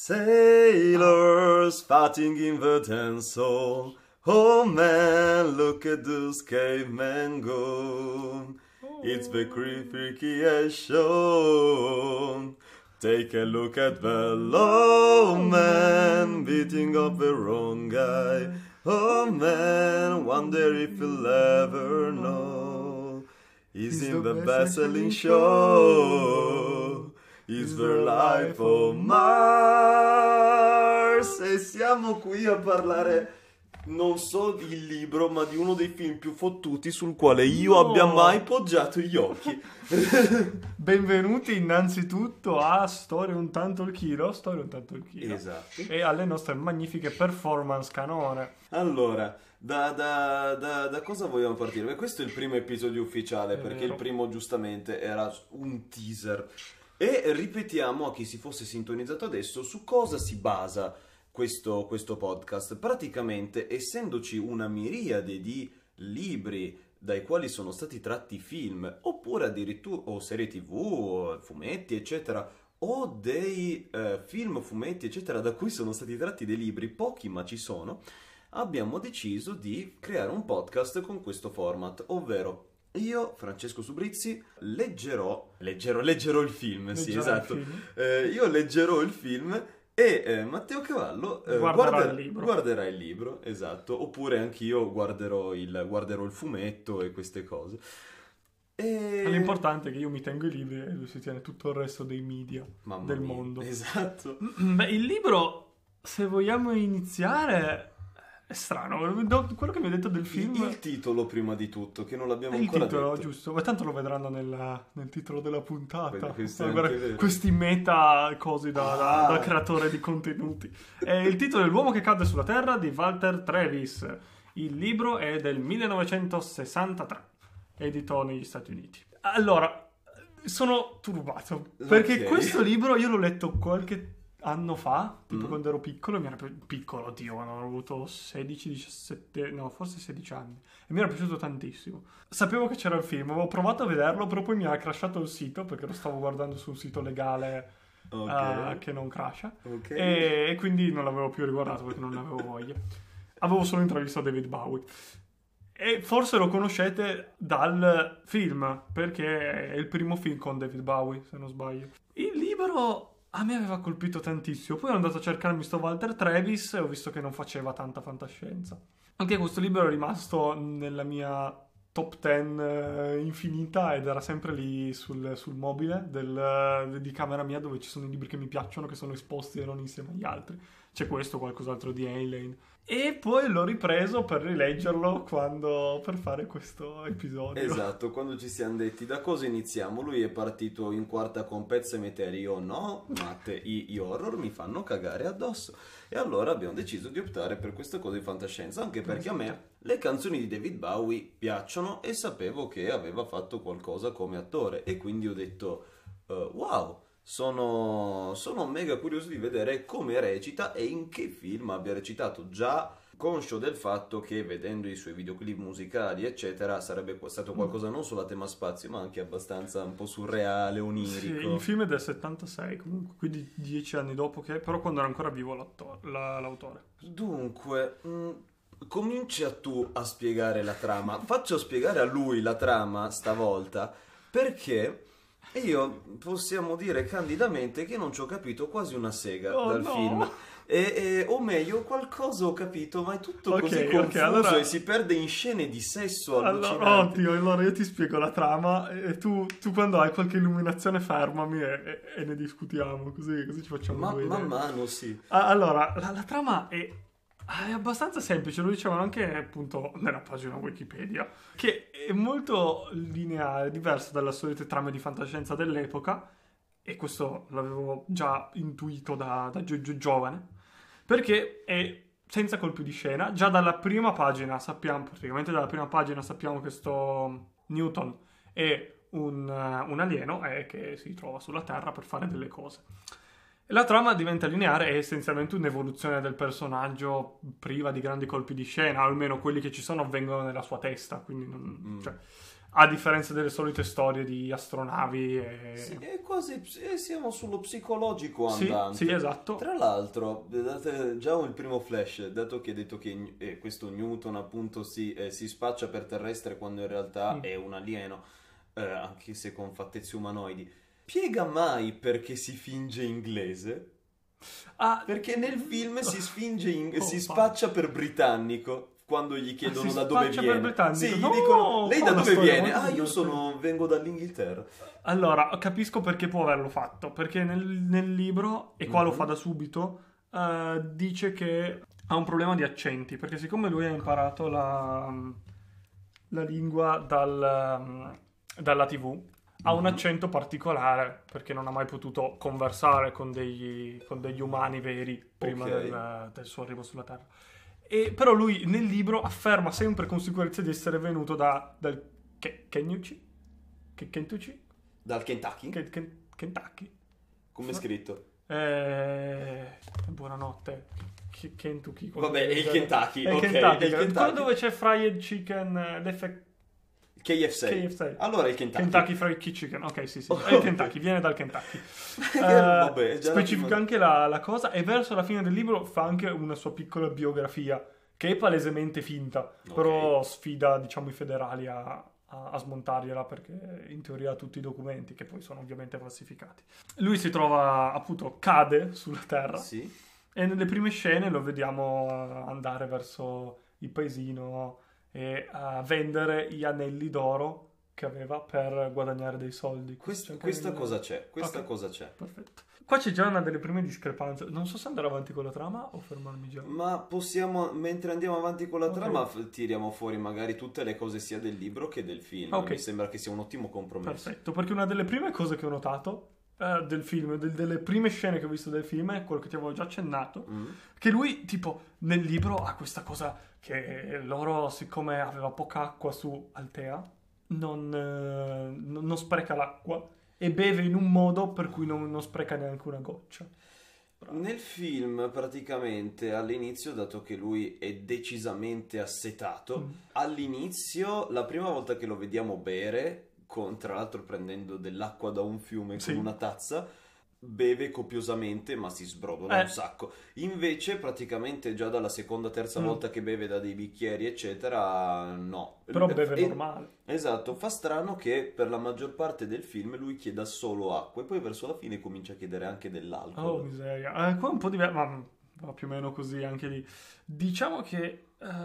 Sailors fighting in the Tensol. Oh man, look at those cavemen go. It's the creation. Take a look at the low man beating up the wrong guy. Oh man, wonder if he'll ever know. He's in the best-selling show. Is the life of Mars. E siamo qui a parlare non so del libro, ma di uno dei film più fottuti sul quale io abbia mai poggiato gli occhi. Benvenuti innanzitutto a Storia un tanto il chilo. Esatto. E alle nostre magnifiche performance canore. Allora, da cosa vogliamo partire? Beh, questo è il primo episodio ufficiale, perché il primo giustamente era un teaser. E ripetiamo a chi si fosse sintonizzato adesso su cosa si basa questo podcast. Praticamente, essendoci una miriade di libri dai quali sono stati tratti film, oppure addirittura o serie TV, o fumetti, eccetera, o dei film, fumetti, eccetera, da cui sono stati tratti dei libri, pochi ma ci sono, abbiamo deciso di creare un podcast con questo format, ovvero io, Francesco Subrizzi, leggerò il film, sì, esatto. Io leggerò il film e Matteo Cavallo guarderà il libro, esatto. Oppure anch'io guarderò il fumetto e queste cose. L'importante è che io mi tengo i libri e lui si tiene tutto il resto dei media del mondo. Esatto. Beh, il libro, se vogliamo iniziare, è strano. Quello che mi hai detto del film... Il titolo prima di tutto, che non l'abbiamo ancora detto. Il titolo, giusto. Ma tanto lo vedranno nel titolo della puntata. Guarda, questi meta cosi da creatore di contenuti. Il titolo è L'uomo che cade sulla terra di Walter Travis. Il libro è del 1963. Edito negli Stati Uniti. Allora, sono turbato. Perché questo libro io l'ho letto qualche anno fa, tipo quando ero piccolo, mi era piccolo, quando avevo avuto 16, 17, no, forse 16 anni, e mi era piaciuto tantissimo. Sapevo che c'era il film, avevo provato a vederlo, però poi mi era crashato il sito, perché lo stavo guardando su un sito legale che non crasha, e quindi non l'avevo più riguardato perché non ne avevo voglia. Avevo solo intravisto David Bowie. E forse lo conoscete dal film, perché è il primo film con David Bowie, se non sbaglio. Il libro a me aveva colpito tantissimo. Poi ho andato a cercarmi sto Walter Travis e ho visto che non faceva tanta fantascienza. Anche questo libro è rimasto nella mia top 10 infinita ed era sempre lì sul mobile di camera mia, dove ci sono i libri che mi piacciono, che sono esposti e non insieme agli altri. C'è questo, qualcos'altro di Heinlein. E poi l'ho ripreso per rileggerlo per fare questo episodio. Esatto, quando ci siamo detti da cosa iniziamo, lui è partito in quarta con Pezzo e Meteri, io no, Matte, gli horror mi fanno cagare addosso. E allora abbiamo deciso di optare per questa cosa di fantascienza, anche perché a me le canzoni di David Bowie piacciono e sapevo che aveva fatto qualcosa come attore. E quindi ho detto, wow, sono mega curioso di vedere come recita e in che film abbia recitato, già conscio del fatto che vedendo i suoi videoclip musicali eccetera sarebbe stato qualcosa non solo a tema spazio ma anche abbastanza un po' surreale, onirico. Sì, il film è del 76 comunque, quindi 10 anni dopo, però quando era ancora vivo l'autore. Dunque, comincia tu a spiegare la trama. Faccio spiegare a lui la trama stavolta perché io possiamo dire candidamente che non ci ho capito quasi una sega dal film. O meglio, qualcosa ho capito, ma è tutto così confuso allora, e si perde in scene di sesso allucinanti. Allora io ti spiego la trama e tu quando hai qualche illuminazione fermami e ne discutiamo, così ci facciamo due idee. Man mano, sì. Allora, la trama è abbastanza semplice, lo dicevano anche appunto nella pagina Wikipedia, che è molto lineare, diversa dalle solite trame di fantascienza dell'epoca, e questo l'avevo già intuito da giovane, perché è senza colpi di scena. Già dalla prima pagina sappiamo che sto Newton è un alieno che si trova sulla Terra per fare delle cose. La trama diventa lineare, è essenzialmente un'evoluzione del personaggio priva di grandi colpi di scena, almeno quelli che ci sono avvengono nella sua testa, quindi a differenza delle solite storie di astronavi e... Sì, è quasi, siamo sullo psicologico Sì, andante. sì, esatto. Tra l'altro, già il primo flash, dato che hai detto che questo Newton appunto si spaccia per terrestre quando in realtà è un alieno, anche se con fattezze umanoidi, spiega mai perché si finge inglese? Perché nel film si spaccia per britannico quando gli chiedono da dove spaccia viene. per britannico? Sì, gli No, dicono lei da una dove storia viene? molto Io divertente. vengo dall'Inghilterra. Allora, capisco perché può averlo fatto, perché nel libro, e qua lo fa da subito, dice che ha un problema di accenti, perché siccome lui ha imparato la lingua dalla TV, ha un accento particolare, perché non ha mai potuto conversare con degli umani veri prima Ok. del suo arrivo sulla Terra. Però lui nel libro afferma sempre con sicurezza di essere venuto dal Kentucky? Dal Kentucky? Kentucky? Come è scritto? Buonanotte. Kentucky. Vabbè, è il Kentucky, È il ok, Kentucky. è il Kentucky. Quello dove c'è fried chicken, KFC. KFC. Allora è il Kentucky. Kentucky Fried Chicken, ok, sì, sì, è il Kentucky, viene dal Kentucky. Vabbè, è già Specifica la prima- anche la cosa e verso la fine del libro fa anche una sua piccola biografia che è palesemente finta, però sfida, diciamo, i federali a smontargliela perché in teoria ha tutti i documenti che poi sono ovviamente falsificati. Lui si trova, appunto, cade sulla Terra Sì. e nelle prime scene lo vediamo andare verso il paesino e a vendere gli anelli d'oro che aveva per guadagnare dei soldi. Questa cosa c'è. Questa Ok. cosa c'è. Perfetto. Qua c'è già una delle prime discrepanze. Non so se andare avanti con la trama o fermarmi già. Ma possiamo, mentre andiamo avanti con la Ok. trama, tiriamo fuori magari tutte le cose sia del libro che del film. Ok. Mi sembra che sia un ottimo compromesso. Perfetto, perché una delle prime cose che ho notato del film, delle prime scene che ho visto del film, è quello che ti avevo già accennato, che lui, tipo, nel libro ha questa cosa che loro, siccome aveva poca acqua su Altea, non spreca l'acqua e beve in un modo per cui non spreca neanche una goccia. Nel film, praticamente, all'inizio, dato che lui è decisamente assetato, all'inizio, la prima volta che lo vediamo bere, tra l'altro prendendo dell'acqua da un fiume Sì. con una tazza, beve copiosamente, ma si sbrodola un sacco. Invece, praticamente, già dalla seconda, terza volta che beve da dei bicchieri, eccetera, no. Però beve E- normale. Esatto, fa strano che per la maggior parte del film lui chieda solo acqua e poi verso la fine comincia a chiedere anche dell'alcol. Oh, miseria. Qua è un po' diverso, ma va più o meno così anche lì. Diciamo che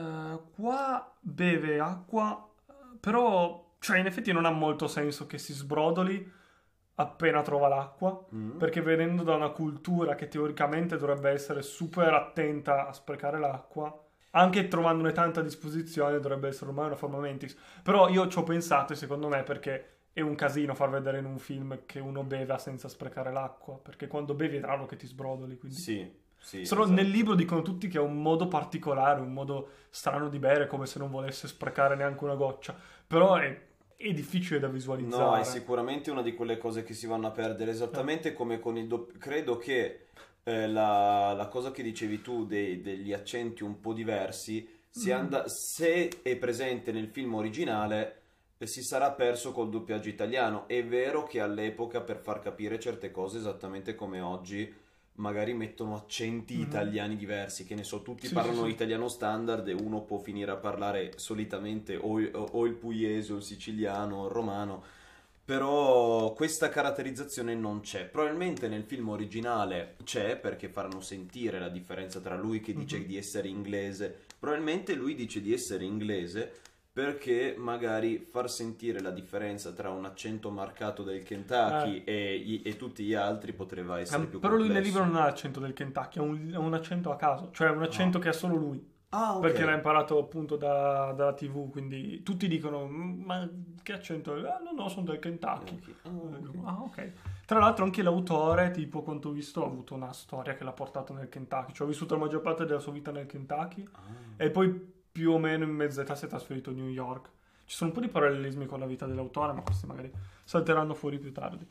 qua beve acqua, però, cioè, in effetti non ha molto senso che si sbrodoli appena trova l'acqua, perché venendo da una cultura che teoricamente dovrebbe essere super attenta a sprecare l'acqua, anche trovandone tanta a disposizione dovrebbe essere ormai una forma mentis. Però io ci ho pensato e secondo me perché è un casino far vedere in un film che uno beva senza sprecare l'acqua, perché quando bevi è raro che ti sbrodoli, quindi... Sì, Solo esatto. nel libro dicono tutti che è un modo particolare, un modo strano di bere, come se non volesse sprecare neanche una goccia. Però è difficile da visualizzare. No, è sicuramente una di quelle cose che si vanno a perdere, esattamente come con il credo che la cosa che dicevi tu degli accenti un po' diversi, se è presente nel film originale, si sarà perso col doppiaggio italiano. È vero che all'epoca per far capire certe cose, esattamente come oggi, magari mettono accenti italiani diversi, che ne so, tutti parlano italiano standard e uno può finire a parlare solitamente o il pugliese o il siciliano o il romano, però questa caratterizzazione non c'è. Probabilmente nel film originale c'è, perché faranno sentire la differenza tra lui che dice di essere inglese, probabilmente lui dice di essere inglese perché magari far sentire la differenza tra un accento marcato del Kentucky e tutti gli altri potrebbe essere più però lui nel complesso. libro non ha l'accento del Kentucky, ha un accento a caso, cioè un accento che ha solo lui. Ah, ok. Perché l'ha imparato appunto dalla TV, quindi tutti dicono, ma che accento è? No, sono del Kentucky. Ah, ok. Tra l'altro anche l'autore, tipo, quanto ho visto, ha avuto una storia che l'ha portato nel Kentucky, cioè ha vissuto la maggior parte della sua vita nel Kentucky e poi più o meno in mezza età si è trasferito a New York. Ci sono un po' di parallelismi con la vita dell'autore, ma questi magari salteranno fuori più tardi.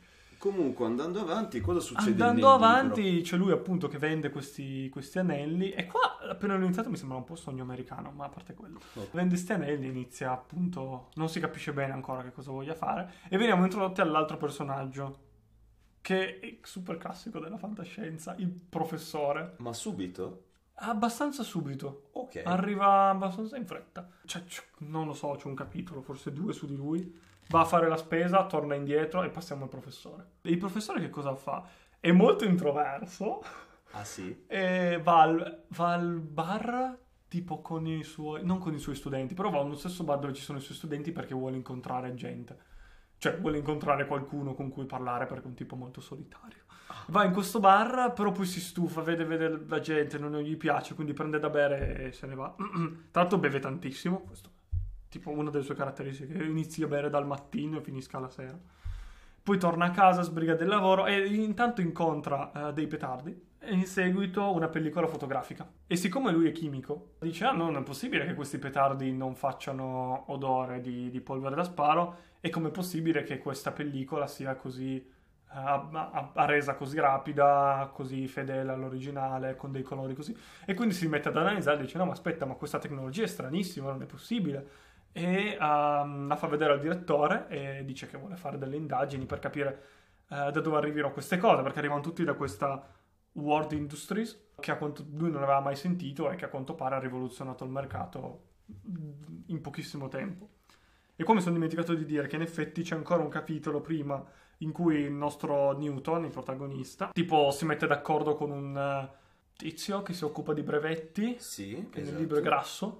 Comunque, andando avanti, cosa succede Andando nel avanti, libro? c'è lui appunto che vende questi anelli. E qua, appena l'ho iniziato, mi sembra un po' sogno americano, ma a parte quello. Oh. Vende questi anelli, inizia appunto... Non si capisce bene ancora che cosa voglia fare. E veniamo introdotti all'altro personaggio, che è super classico della fantascienza, il professore. Ma subito? Abbastanza subito. Ok. Arriva abbastanza in fretta. Cioè, non lo so, c'è un capitolo, forse 2 su di lui. Va a fare la spesa, torna indietro e passiamo al professore. E il professore che cosa fa? È molto introverso. Ah sì? E va al bar tipo con i suoi... Non con i suoi studenti, però va allo stesso bar dove ci sono i suoi studenti perché vuole incontrare gente. Cioè, vuole incontrare qualcuno con cui parlare perché è un tipo molto solitario. Va in questo bar, però poi si stufa, vede la gente, non gli piace, quindi prende da bere e se ne va. Tra l'altro beve tantissimo, questo tipo una delle sue caratteristiche, inizi a bere dal mattino e finisca la sera. Poi torna a casa, sbriga del lavoro e intanto incontra dei petardi e in seguito una pellicola fotografica. E siccome lui è chimico, dice, no, non è possibile che questi petardi non facciano odore di polvere da sparo e com'è possibile che questa pellicola sia così resa così rapida, così fedele all'originale, con dei colori così. E quindi si mette ad analizzare e dice, no, ma aspetta, ma questa tecnologia è stranissima, non è possibile. E la fa vedere al direttore e dice che vuole fare delle indagini per capire da dove arrivino queste cose, perché arrivano tutti da questa World Industries, che a quanto lui non aveva mai sentito e che a quanto pare ha rivoluzionato il mercato in pochissimo tempo. E qua mi sono dimenticato di dire che in effetti c'è ancora un capitolo prima in cui il nostro Newton, il protagonista, tipo si mette d'accordo con un tizio che si occupa di brevetti, Sì, che esatto. nel libro è grasso,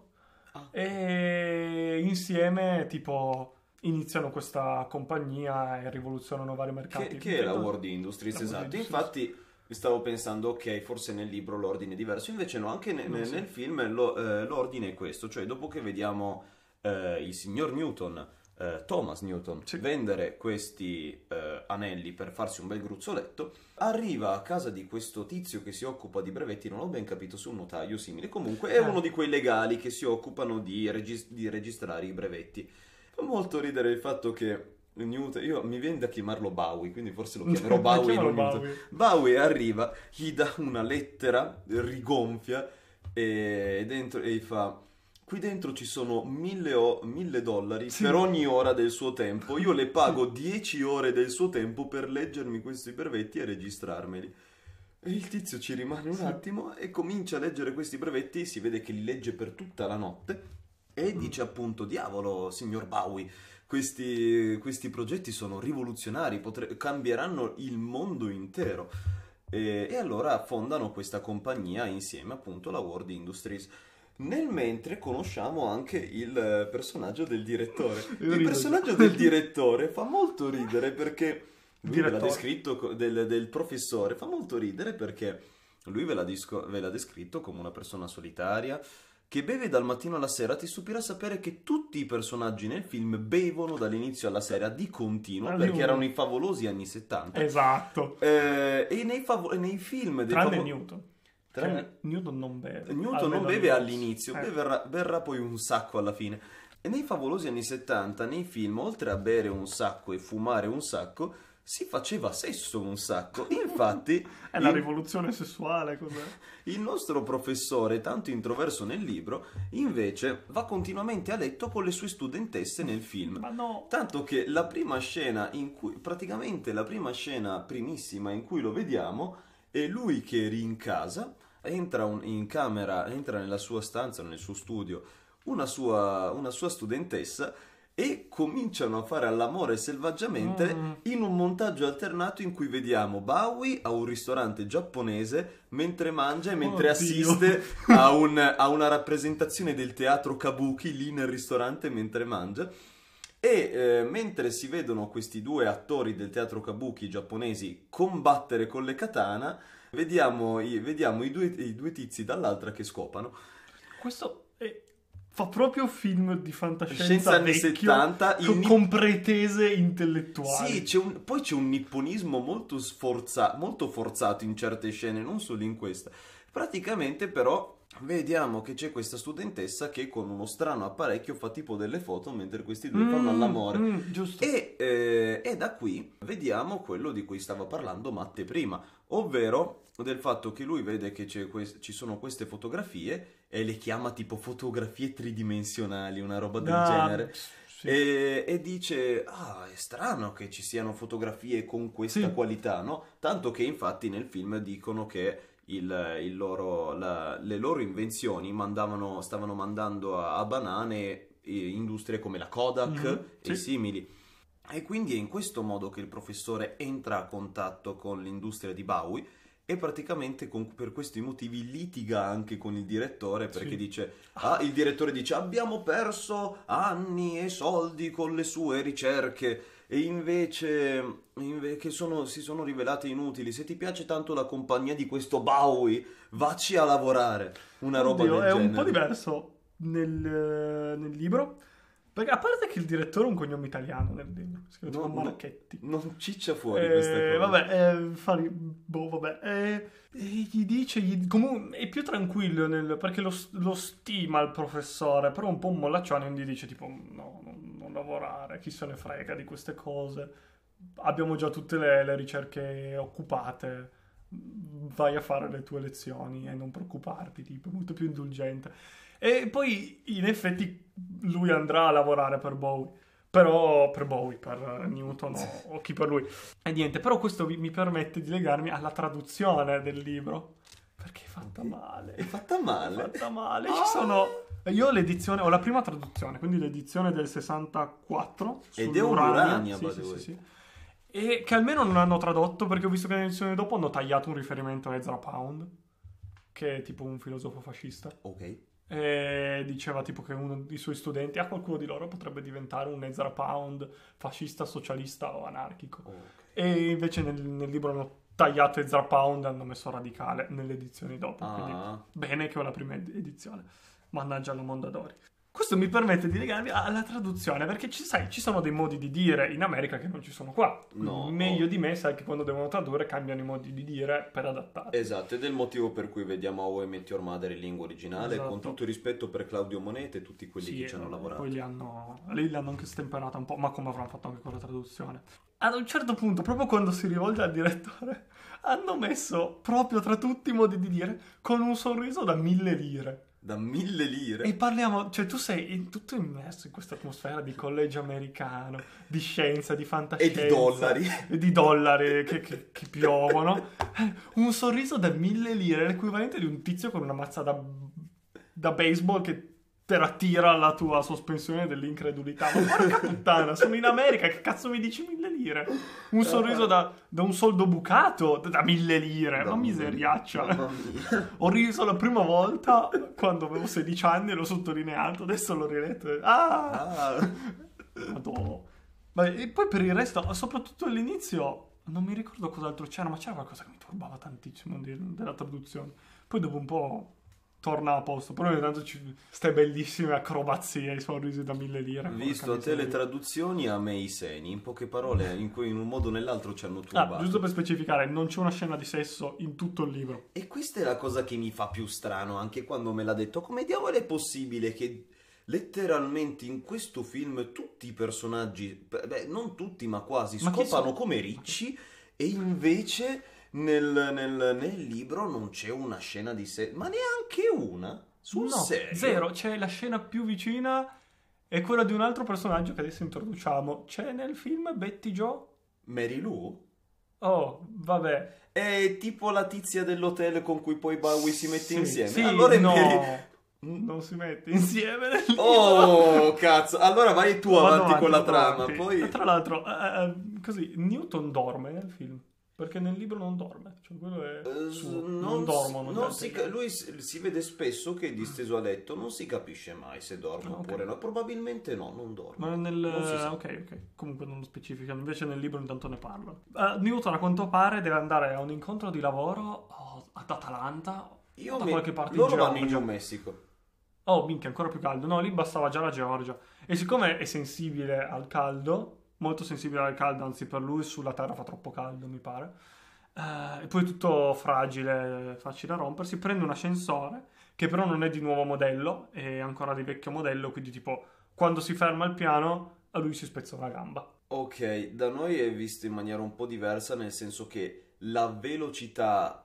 e insieme tipo iniziano questa compagnia e rivoluzionano vari mercati. Che è la World Industries, La World esatto. Industries. Infatti stavo pensando, ok, forse nel libro l'ordine è diverso, invece no, anche No, sì. nel film l'ordine è questo, cioè dopo che vediamo il signor Newton, Thomas Newton, Sì. vendere questi anelli per farsi un bel gruzzoletto, arriva a casa di questo tizio che si occupa di brevetti, non ho ben capito se è un notaio simile, comunque è uno di quei legali che si occupano di registrare i brevetti. Fa molto ridere il fatto che Newton, io mi viene da chiamarlo Bowie, quindi forse lo chiamerò Bowie, Chiamalo non Newton. Bowie. Bowie arriva, gli dà una lettera, rigonfia e gli fa: qui dentro ci sono $1.000 Sì. per ogni ora del suo tempo, io le pago 10 ore del suo tempo per leggermi questi brevetti e registrarmeli. E il tizio ci rimane un attimo e comincia a leggere questi brevetti, si vede che li legge per tutta la notte e dice appunto: diavolo, signor Bowie, questi progetti sono rivoluzionari, cambieranno il mondo intero. E allora fondano questa compagnia insieme, appunto, la World Industries. Nel mentre conosciamo anche il personaggio del direttore. Il personaggio del direttore fa molto ridere perché lui ve l'ha descritto del professore, fa molto ridere perché lui ve l'ha descritto come una persona solitaria che beve dal mattino alla sera. Ti stupirà sapere che tutti i personaggi nel film bevono dall'inizio alla sera di continuo, perché erano i favolosi anni 70. Esatto. E nei film dei Tranne Newton. Newton non beve. Newton non beve all'inizio, berrà poi un sacco alla fine. E nei favolosi anni 70, nei film, oltre a bere un sacco e fumare un sacco, si faceva sesso un sacco. Infatti è la rivoluzione sessuale, cos'è? Il nostro professore, tanto introverso nel libro, invece va continuamente a letto con le sue studentesse nel film. Ma no! Tanto che la prima scena la prima scena primissima in cui lo vediamo è lui che in casa, entra in camera, entra nella sua stanza, nel suo studio, una sua studentessa, e cominciano a fare all'amore selvaggiamente in un montaggio alternato in cui vediamo Bowie a un ristorante giapponese mentre mangia e mentre assiste a una rappresentazione del teatro Kabuki lì nel ristorante mentre mangia. E mentre si vedono questi due attori del teatro Kabuki giapponesi combattere con le katana, vediamo i due tizi dall'altra che scopano. Questo è fa proprio film di fantascienza Scienza anni vecchio, 70 con pretese intellettuali. Sì, poi c'è un nipponismo molto forzato in certe scene, non solo in questa. Praticamente però vediamo che c'è questa studentessa che con uno strano apparecchio fa tipo delle foto mentre questi due fanno l'amore. Giusto. E da qui vediamo quello di cui stava parlando Matte prima, ovvero del fatto che lui vede che ci sono queste fotografie e le chiama tipo fotografie tridimensionali, una roba del genere. Sì. E dice, è strano che ci siano fotografie con questa qualità, no? Tanto che infatti nel film dicono che le loro invenzioni stavano mandando a banane industrie come la Kodak e simili. E quindi è in questo modo che il professore entra a contatto con l'industria di Bowie e praticamente per questi motivi litiga anche con il direttore perché dice il direttore dice abbiamo perso anni e soldi con le sue ricerche e invece che si sono rivelate inutili. Se ti piace tanto la compagnia di questo Bowie, vacci a lavorare. Una roba del genere. È un po' diverso nel libro. Perché a parte che il direttore è un cognome italiano nel libro, si chiama Marchetti. Non ciccia fuori questa cosa. Vabbè, gli dice, comunque è più tranquillo perché lo stima il professore, però un po' un mollaccione, quindi dice tipo no, non lavorare, chi se ne frega di queste cose, abbiamo già tutte le ricerche occupate, vai a fare le tue lezioni e non preoccuparti, tipo, molto più indulgente. E poi in effetti lui andrà a lavorare per Bowie, però per Newton o chi per lui. E niente, però questo mi permette di legarmi alla traduzione del libro, perché è fatta male. È fatta male? Ci sono... Io ho la prima traduzione, quindi l'edizione del 64. Ed è un'Urania, sì. E che almeno non hanno tradotto, perché ho visto che nell'edizione dopo hanno tagliato un riferimento a Ezra Pound, che è tipo un filosofo fascista. Ok. E diceva tipo che uno dei suoi studenti, qualcuno di loro potrebbe diventare un Ezra Pound fascista, socialista o anarchico. Okay. E invece nel libro hanno tagliato Ezra Pound e hanno messo radicale nelle edizioni dopo. Quindi bene che ho la prima edizione. Mannaggia la Mondadori. Questo mi permette di legarmi alla traduzione, perché ci sono dei modi di dire in America che non ci sono qua. Meglio di me sai che quando devono tradurre cambiano i modi di dire per adattare. Esatto, ed è il motivo per cui vediamo How I Met Your Mother in lingua originale, con tutto il rispetto per Claudio Monete e tutti quelli che ci hanno lavorato. Poi lì l'hanno anche stemperata un po', ma come avranno fatto anche con la traduzione. Ad un certo punto, proprio quando si rivolge al direttore, hanno messo proprio tra tutti i modi di dire con un sorriso da 1.000 lire. Da 1.000 lire? E parliamo, cioè tu sei tutto immerso in questa atmosfera di collegio americano, di scienza, di fantascienza. E di dollari. E di dollari che piovono. Un sorriso da 1.000 lire, l'equivalente di un tizio con una mazza da baseball che per attira la tua sospensione dell'incredulità. Ma porca puttana, sono in America, che cazzo mi dici 1.000 lire? Un sorriso da un soldo bucato da 1.000 lire, ma miseriaccia. Ho riso la prima volta quando avevo 16 anni e l'ho sottolineato, adesso l'ho riletto. Madonna. E poi per il resto, soprattutto all'inizio, non mi ricordo cos'altro c'era, ma c'era qualcosa che mi turbava tantissimo della traduzione. Poi dopo un po' torna a posto, però ogni tanto ste bellissime acrobazie, i sorrisi da 1.000 lire. Visto a te le traduzioni, a me i seni, in poche parole, in un modo o nell'altro ci hanno turbato. Giusto per specificare, non c'è una scena di sesso in tutto il libro. E questa è la cosa che mi fa più strano, anche quando me l'ha detto. Come diavolo è possibile che letteralmente in questo film tutti i personaggi, non tutti ma quasi, scopano come ricci e invece... Nel libro non c'è una scena di sesso, ma neanche una? Sul serio? Zero. C'è la scena più vicina, è quella di un altro personaggio che adesso introduciamo. C'è nel film Betty Jo? Mary Lou? Oh, vabbè. È tipo la tizia dell'hotel con cui poi Bowie si mette insieme? Sì, allora non si mette insieme nel libro. Oh, cazzo. Allora vai tu avanti con la trama. Poi... Tra l'altro, così, Newton dorme nel film. Perché nel libro non dorme, cioè quello è non dormono. Lui si vede spesso che è disteso a letto, non si capisce mai se dorme oppure no. Probabilmente non dorme. Ma non si sa. Ok, comunque non lo specificano. Invece nel libro intanto ne parlano. Newton a quanto pare deve andare a un incontro di lavoro ad Atalanta, da qualche parte loro vanno in New Mexico. Oh, minchia, ancora più caldo. No, lì bastava già la Georgia. E siccome è sensibile al caldo, molto sensibile al caldo, anzi per lui sulla Terra fa troppo caldo, mi pare. E poi è tutto fragile, facile da rompersi. Prende un ascensore, che però non è di nuovo modello, è ancora di vecchio modello, quindi tipo quando si ferma al piano a lui si spezza una gamba. Ok, da noi è visto in maniera un po' diversa, nel senso che la velocità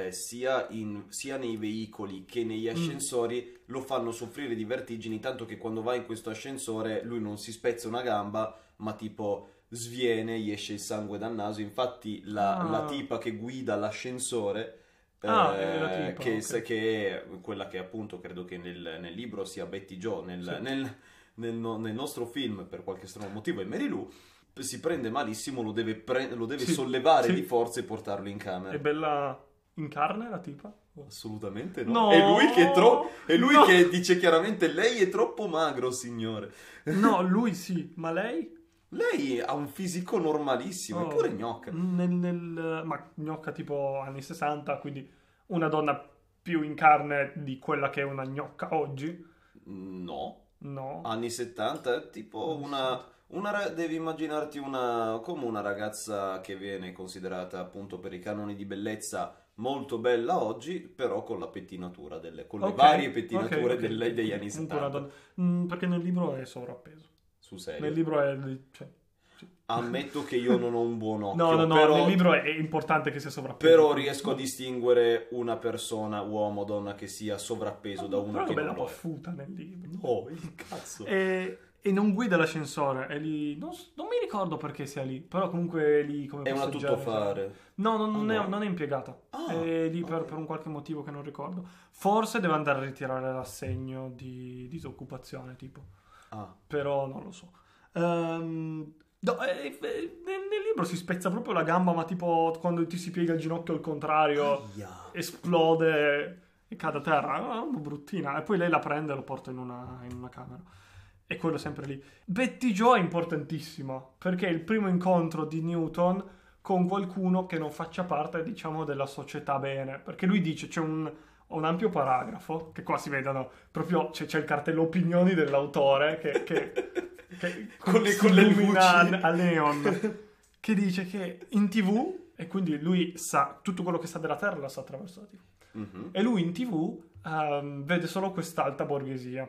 sia nei veicoli che negli ascensori lo fanno soffrire di vertigini, tanto che quando va in questo ascensore lui non si spezza una gamba, ma tipo sviene, gli esce il sangue dal naso. Infatti la tipa che guida l'ascensore, È la tipa, ok. che è quella che appunto credo che nel libro sia Betty Jo, Sì. nel nostro film per qualche strano motivo è Mary Lou, si prende malissimo, lo deve Sì, sollevare di sì. forza e portarlo in camera. È bella in carne la tipa? Assolutamente no. No! È lui No! che dice chiaramente lei è troppo magro, signore. No, lui sì, ma lei? Lei ha un fisico normalissimo, Oh, eppure gnocca. ma gnocca tipo anni 60, quindi una donna più in carne di quella che è una gnocca oggi? No. No. Anni 70 è tipo Anni 60. devi immaginarti come una ragazza che viene considerata appunto per i canoni di bellezza molto bella oggi, però con la pettinatura con le Ok, varie pettinature ok. degli anni Comunque una 70. donna. Perché nel libro è sovrappeso. Sul Nel serio. libro è... Cioè, sì. Ammetto che io non ho un buon No, no, occhio, no, nel libro è importante che sia sovrappeso. però riesco a distinguere una persona, uomo o donna, che sia sovrappeso da una Però è che bella non lo è. paffuta nel libro. Oh, il cazzo. E non guida l'ascensore, è lì. Non mi ricordo perché sia lì, però comunque è lì come È una passeggero. tuttofare. No, Ah, no? non è impiegata. Ah, È lì ok. per un qualche motivo che non ricordo. Forse deve andare a ritirare l'assegno di disoccupazione, tipo. Ah. Però non lo so. No, nel libro si spezza proprio la gamba, ma tipo quando ti si piega il ginocchio al contrario, Aia. esplode e cade a terra. È una bruttina. E poi lei la prende e lo porta in una camera. E quello sempre lì. Betty Jo è importantissima perché è il primo incontro di Newton con qualcuno che non faccia parte, diciamo, della società bene. Perché lui dice, c'è un ampio paragrafo, che qua si vedono, proprio c'è il cartello opinioni dell'autore che Con si le illumina luci. a neon, che dice che in TV, e quindi lui sa tutto quello che sa della Terra, lo sa attraverso la TV. Mhm. E lui in TV vede solo quest'alta borghesia.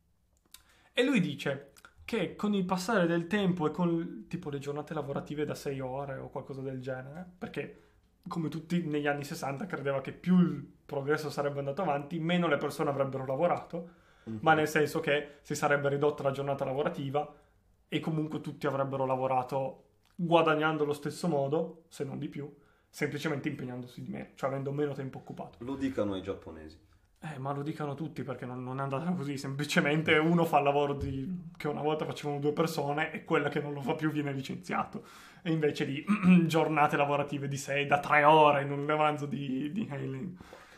E lui dice che con il passare del tempo e con tipo le giornate lavorative da 6 ore o qualcosa del genere, perché come tutti negli anni 60 credeva che più il progresso sarebbe andato avanti, meno le persone avrebbero lavorato, ma nel senso che si sarebbe ridotta la giornata lavorativa e comunque tutti avrebbero lavorato guadagnando allo stesso modo, se non di più, semplicemente impegnandosi di meno, cioè avendo meno tempo occupato. Lo dicano ai giapponesi. Ma lo dicano tutti perché non è andata così, semplicemente uno fa il lavoro che una volta facevano 2 persone e quella che non lo fa più viene licenziato. E invece di giornate lavorative di 6 da 3 ore in un romanzo di Heinlein.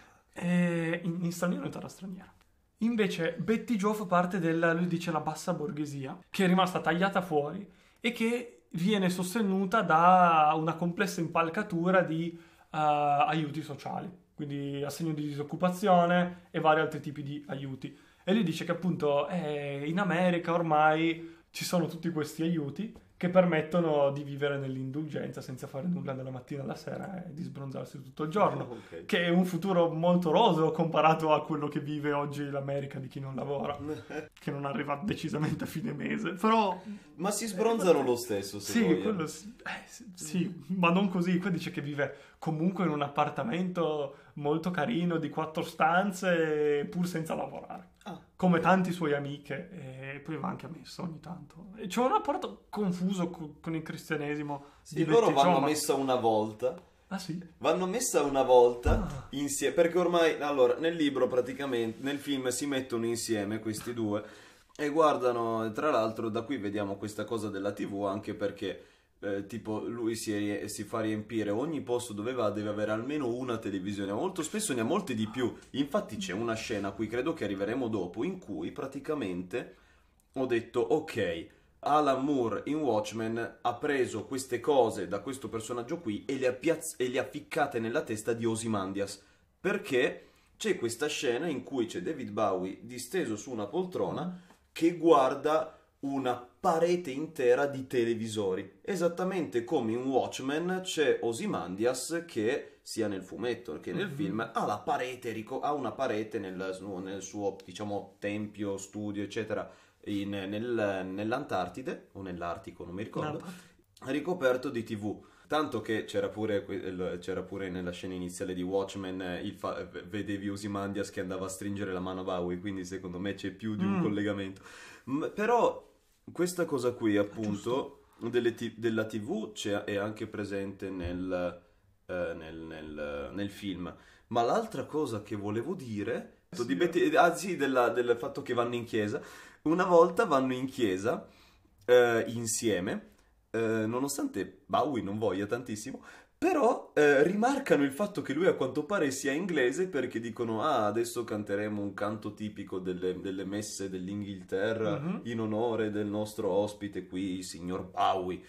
In straniero e in terra straniera. Invece Betty Jo fa parte lui dice la bassa borghesia, che è rimasta tagliata fuori e che viene sostenuta da una complessa impalcatura di aiuti sociali, quindi assegno di disoccupazione e vari altri tipi di aiuti. E lui dice che appunto in America ormai ci sono tutti questi aiuti che permettono di vivere nell'indulgenza senza fare nulla dalla mattina alla sera e di sbronzarsi tutto il giorno, Ok. che è un futuro molto roseo comparato a quello che vive oggi l'America di chi non lavora, che non arriva decisamente a fine mese, però Ma si sbronzano lo stesso, se sì, vogliono. quello sì, ma non così. Qua dice che vive comunque in un appartamento molto carino di 4 stanze, pur senza lavorare. Ah. Come tanti suoi amiche, e poi va anche a messa ogni tanto. E c'è un rapporto confuso con il cristianesimo Sì, di loro Betty Jo, vanno ma- messa una volta. Ah sì? Vanno messa una volta Ah. insieme. Perché ormai, allora, nel libro praticamente, nel film si mettono insieme questi due e guardano. Tra l'altro, da qui vediamo questa cosa della TV, anche perché. Tipo lui si fa riempire ogni posto dove va, deve avere almeno una televisione, molto spesso ne ha molte di più. Infatti c'è una scena a cui credo che arriveremo dopo, in cui praticamente ho detto ok, Alan Moore in Watchmen ha preso queste cose da questo personaggio qui e le ha ficcate nella testa di Ozymandias, perché c'è questa scena in cui c'è David Bowie disteso su una poltrona che guarda una parete intera di televisori, esattamente come in Watchmen c'è Ozymandias che sia nel fumetto che nel film ha la parete, ha una parete nel suo, diciamo, tempio, studio, eccetera, nell'Antartide o nell'Artico, non mi ricordo, ricoperto di TV. Tanto che c'era pure nella scena iniziale di Watchmen, vedevi Ozymandias che andava a stringere la mano a Bowie, quindi secondo me c'è più di un collegamento. Però questa cosa qui, appunto, della TV è anche presente nel film. Ma l'altra cosa che volevo dire, del fatto che vanno in chiesa, una volta vanno in chiesa insieme, nonostante Bowie non voglia tantissimo, però rimarcano il fatto che lui a quanto pare sia inglese, perché dicono adesso canteremo un canto tipico delle messe dell'Inghilterra in onore del nostro ospite qui, il signor Bowie.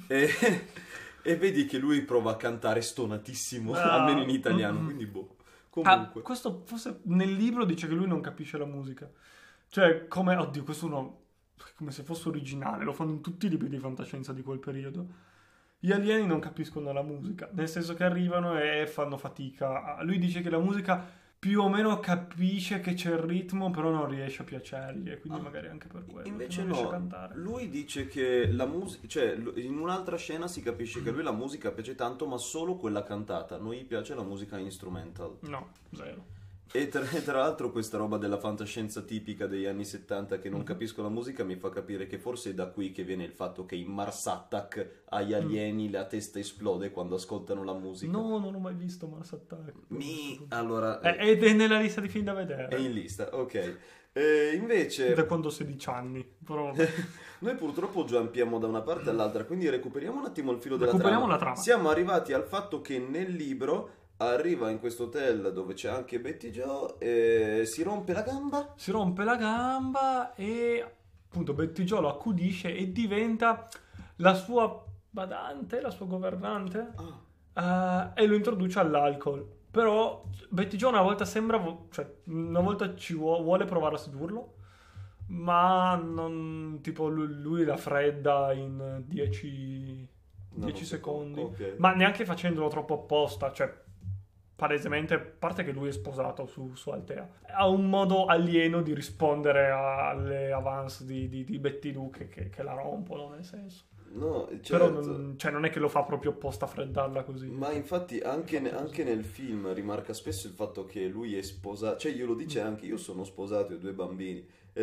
E vedi che lui prova a cantare stonatissimo, almeno in italiano, quindi boh. Comunque. Questo forse nel libro dice che lui non capisce la musica. Cioè, oddio, questo no, come se fosse originale, lo fanno in tutti i libri di fantascienza di quel periodo. Gli alieni non capiscono la musica, nel senso che arrivano e fanno fatica. Lui dice che la musica più o meno capisce che c'è il ritmo, però non riesce a piacergli, e quindi magari anche per quello invece non riesce a cantare. Lui dice che la musica, cioè in un'altra scena si capisce che a lui la musica piace tanto, ma solo quella cantata, non gli piace la musica instrumental. No, zero. E tra l'altro questa roba della fantascienza tipica degli anni 70 che non capisco la musica mi fa capire che forse è da qui che viene il fatto che in Mars Attack agli alieni la testa esplode quando ascoltano la musica. No, non ho mai visto Mars Attack. Allora... Ed è nella lista di film da vedere. È in lista, ok. Invece... Da quando ho 16 anni. Però... Noi purtroppo giampiamo da una parte all'altra, quindi recuperiamo un attimo il filo della trama. La trama. Siamo arrivati al fatto che nel libro... arriva in questo hotel dove c'è anche Betty Jo e si rompe la gamba. Si rompe la gamba e appunto Betty Jo lo accudisce e diventa la sua badante, la sua governante e lo introduce all'alcol. Però Betty Jo una volta una volta vuole provare a sedurlo, ma non, tipo lui la fredda in 10 secondi. Okay. Ma neanche facendolo troppo apposta, cioè palesemente, a parte che lui è sposato su Altea, ha un modo alieno di rispondere alle avance di Betty Lou che la rompono, nel senso. No, certo. Però non è che lo fa proprio apposta a freddarla così. Ma infatti anche nel film rimarca spesso il fatto che lui è sposato, cioè glielo dice anche, io sono sposato e ho 2 bambini,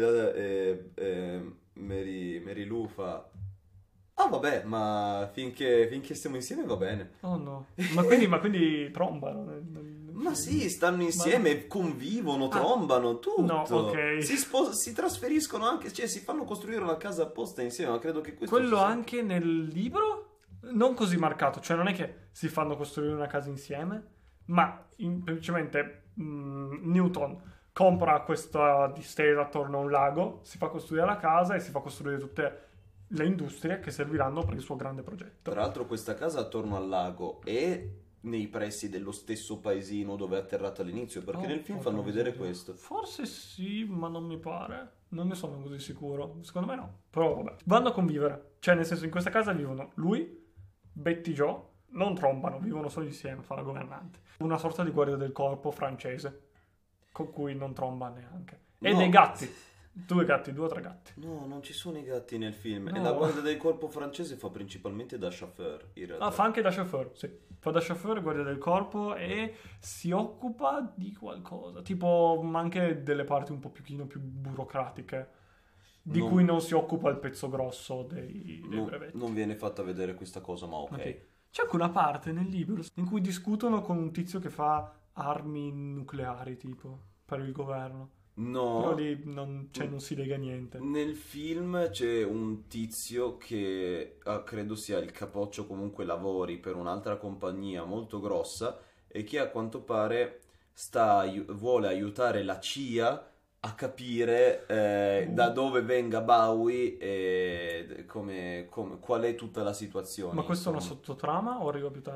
e Mary Lou fa... vabbè, ma finché stiamo insieme va bene. Oh no. Ma quindi trombano? Ma sì, stanno insieme, convivono, trombano, tutto. No, ok. Si trasferiscono anche, cioè si fanno costruire una casa apposta insieme, ma credo che questo... Quello anche nel libro? Non così marcato, cioè non è che si fanno costruire una casa insieme, ma semplicemente Newton compra questa distesa attorno a un lago, si fa costruire la casa e si fa costruire tutte... le industrie che serviranno per il suo grande progetto. Tra l'altro questa casa attorno al lago è nei pressi dello stesso paesino dove è atterrato all'inizio, perché nel film fanno vedere questo. Forse sì, ma non mi pare. Non ne sono così sicuro. Secondo me no. Però vabbè. Vanno a convivere. Cioè, nel senso, in questa casa vivono lui, Betty Jo, non trombano, vivono solo insieme, fa la governante. Una sorta di guardia del corpo francese, con cui non tromba neanche. E dei gatti. 2 gatti, 2 o 3 gatti. No, non ci sono i gatti nel film. No. E la guardia del corpo francese fa principalmente da chauffeur, in realtà. Fa anche da chauffeur, sì. Fa da chauffeur, guardia del corpo e si occupa di qualcosa. Tipo anche delle parti un pochino più burocratiche, di cui non si occupa il pezzo grosso dei brevetti. Non viene fatta vedere questa cosa, ma ok. C'è anche una parte nel libro in cui discutono con un tizio che fa armi nucleari, tipo, per il governo. No, però lì non si lega niente. Nel film c'è un tizio che credo sia il capoccio, comunque lavori per un'altra compagnia molto grossa e che a quanto pare vuole aiutare la CIA a capire da dove venga Bowie e qual è tutta la situazione. Ma questa è una sottotrama o arriva più tardi?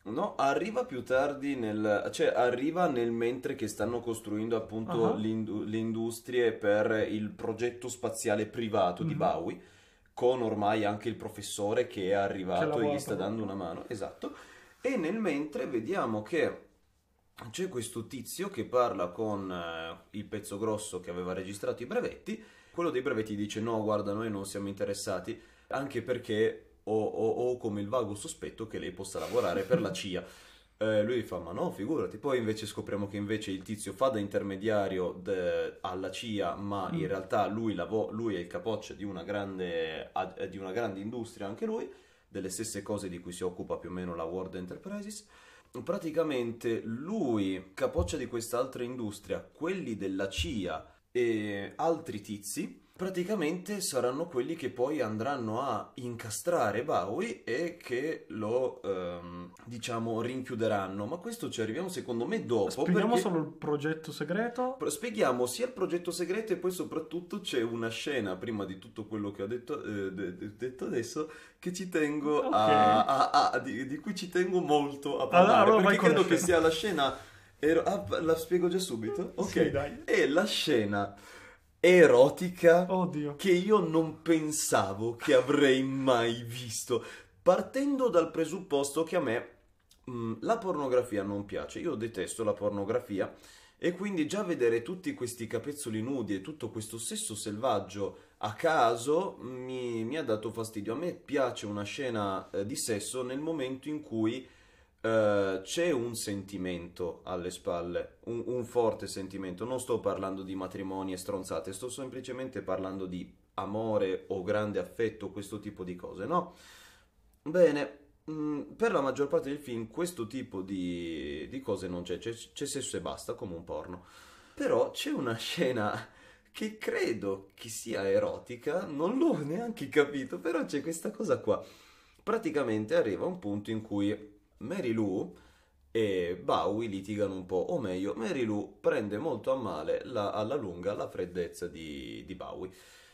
No, arriva più tardi cioè arriva nel mentre che stanno costruendo appunto le industrie per il progetto spaziale privato di Bowie, con ormai anche il professore che è arrivato e gli sta dando una mano, esatto. E nel mentre vediamo che c'è questo tizio che parla con il pezzo grosso che aveva registrato i brevetti. Quello dei brevetti dice: no, guarda, noi non siamo interessati, anche perché ho come il vago sospetto che lei possa lavorare per la CIA. Lui fa: ma no, figurati. Poi invece scopriamo che invece il tizio fa da intermediario alla CIA, ma in realtà lui è il capoccia di una grande industria, anche lui, delle stesse cose di cui si occupa più o meno la World Enterprises. Praticamente lui capoccia di quest'altra industria, quelli della CIA e altri tizi praticamente saranno quelli che poi andranno a incastrare Bowie e che lo diciamo rinchiuderanno. Ma questo ci arriviamo secondo me dopo. Spieghiamo solo il progetto segreto. Spieghiamo sia il progetto segreto e poi soprattutto c'è una scena prima di tutto quello che ho detto adesso che ci tengo di cui ci tengo molto a parlare, allora perché credo che sia la scena la spiego già subito? Ok, sì, dai. È la scena erotica Oddio. che io non pensavo che avrei mai visto, partendo dal presupposto che a me la pornografia non piace. Io detesto la pornografia e quindi già vedere tutti questi capezzoli nudi e tutto questo sesso selvaggio a caso mi ha dato fastidio. A me piace una scena di sesso nel momento in cui c'è un sentimento alle spalle, un forte sentimento. Non sto parlando di matrimoni e stronzate, sto semplicemente parlando di amore o grande affetto, questo tipo di cose, no? Bene, per la maggior parte del film questo tipo di cose non c'è sesso e basta, come un porno. Però c'è una scena che credo che sia erotica, non l'ho neanche capito, però c'è questa cosa qua. Praticamente arriva un punto in cui Mary Lou e Bowie litigano un po', o meglio, Mary Lou prende molto a male alla lunga la freddezza di Bowie.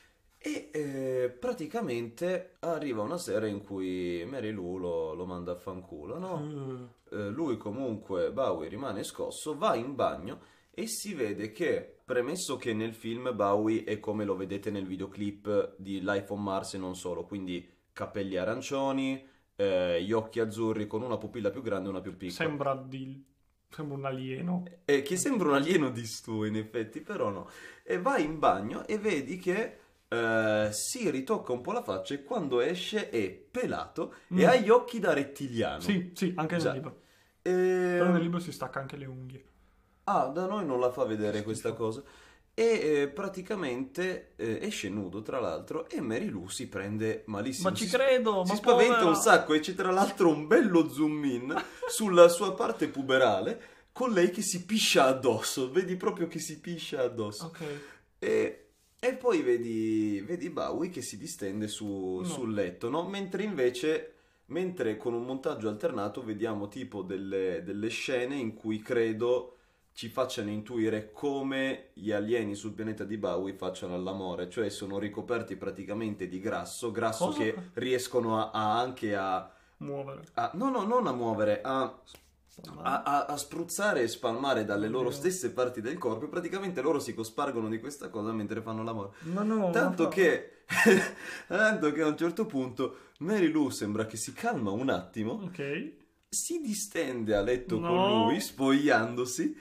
E praticamente arriva una sera in cui Mary Lou lo manda a fanculo, no? Lui comunque, Bowie, rimane scosso, va in bagno e si vede che, premesso che nel film Bowie è come lo vedete nel videoclip di Life on Mars e non solo, quindi capelli arancioni, gli occhi azzurri con una pupilla più grande e una più piccola. Sembra un alieno. Che sembra un alieno di stu, in effetti, però no. E vai in bagno e vedi che si ritocca un po' la faccia e quando esce è pelato e ha gli occhi da rettiliano. Sì, anche nel libro. Però nel libro si stacca anche le unghie. Ah, da noi non la fa vedere questa cosa. E praticamente esce nudo, tra l'altro, e Mary Lou si prende malissimo. Ma ci credo, si spaventa un sacco e c'è tra l'altro un bello zoom in sulla sua parte puberale con lei che si piscia addosso. Vedi proprio che si piscia addosso. Ok. E poi vedi Bowie che si distende sul letto, no? Mentre con un montaggio alternato vediamo tipo delle scene in cui credo ci facciano intuire come gli alieni sul pianeta di Bowie facciano all'amore, cioè sono ricoperti praticamente di grasso Cosa? che riescono anche a muovere. Non a muovere, a spruzzare e spalmare dalle loro stesse parti del corpo e praticamente loro si cospargono di questa cosa mentre fanno l'amore. Tanto che a un certo punto Mary Lou sembra che si calma un attimo, si distende a letto con lui, spogliandosi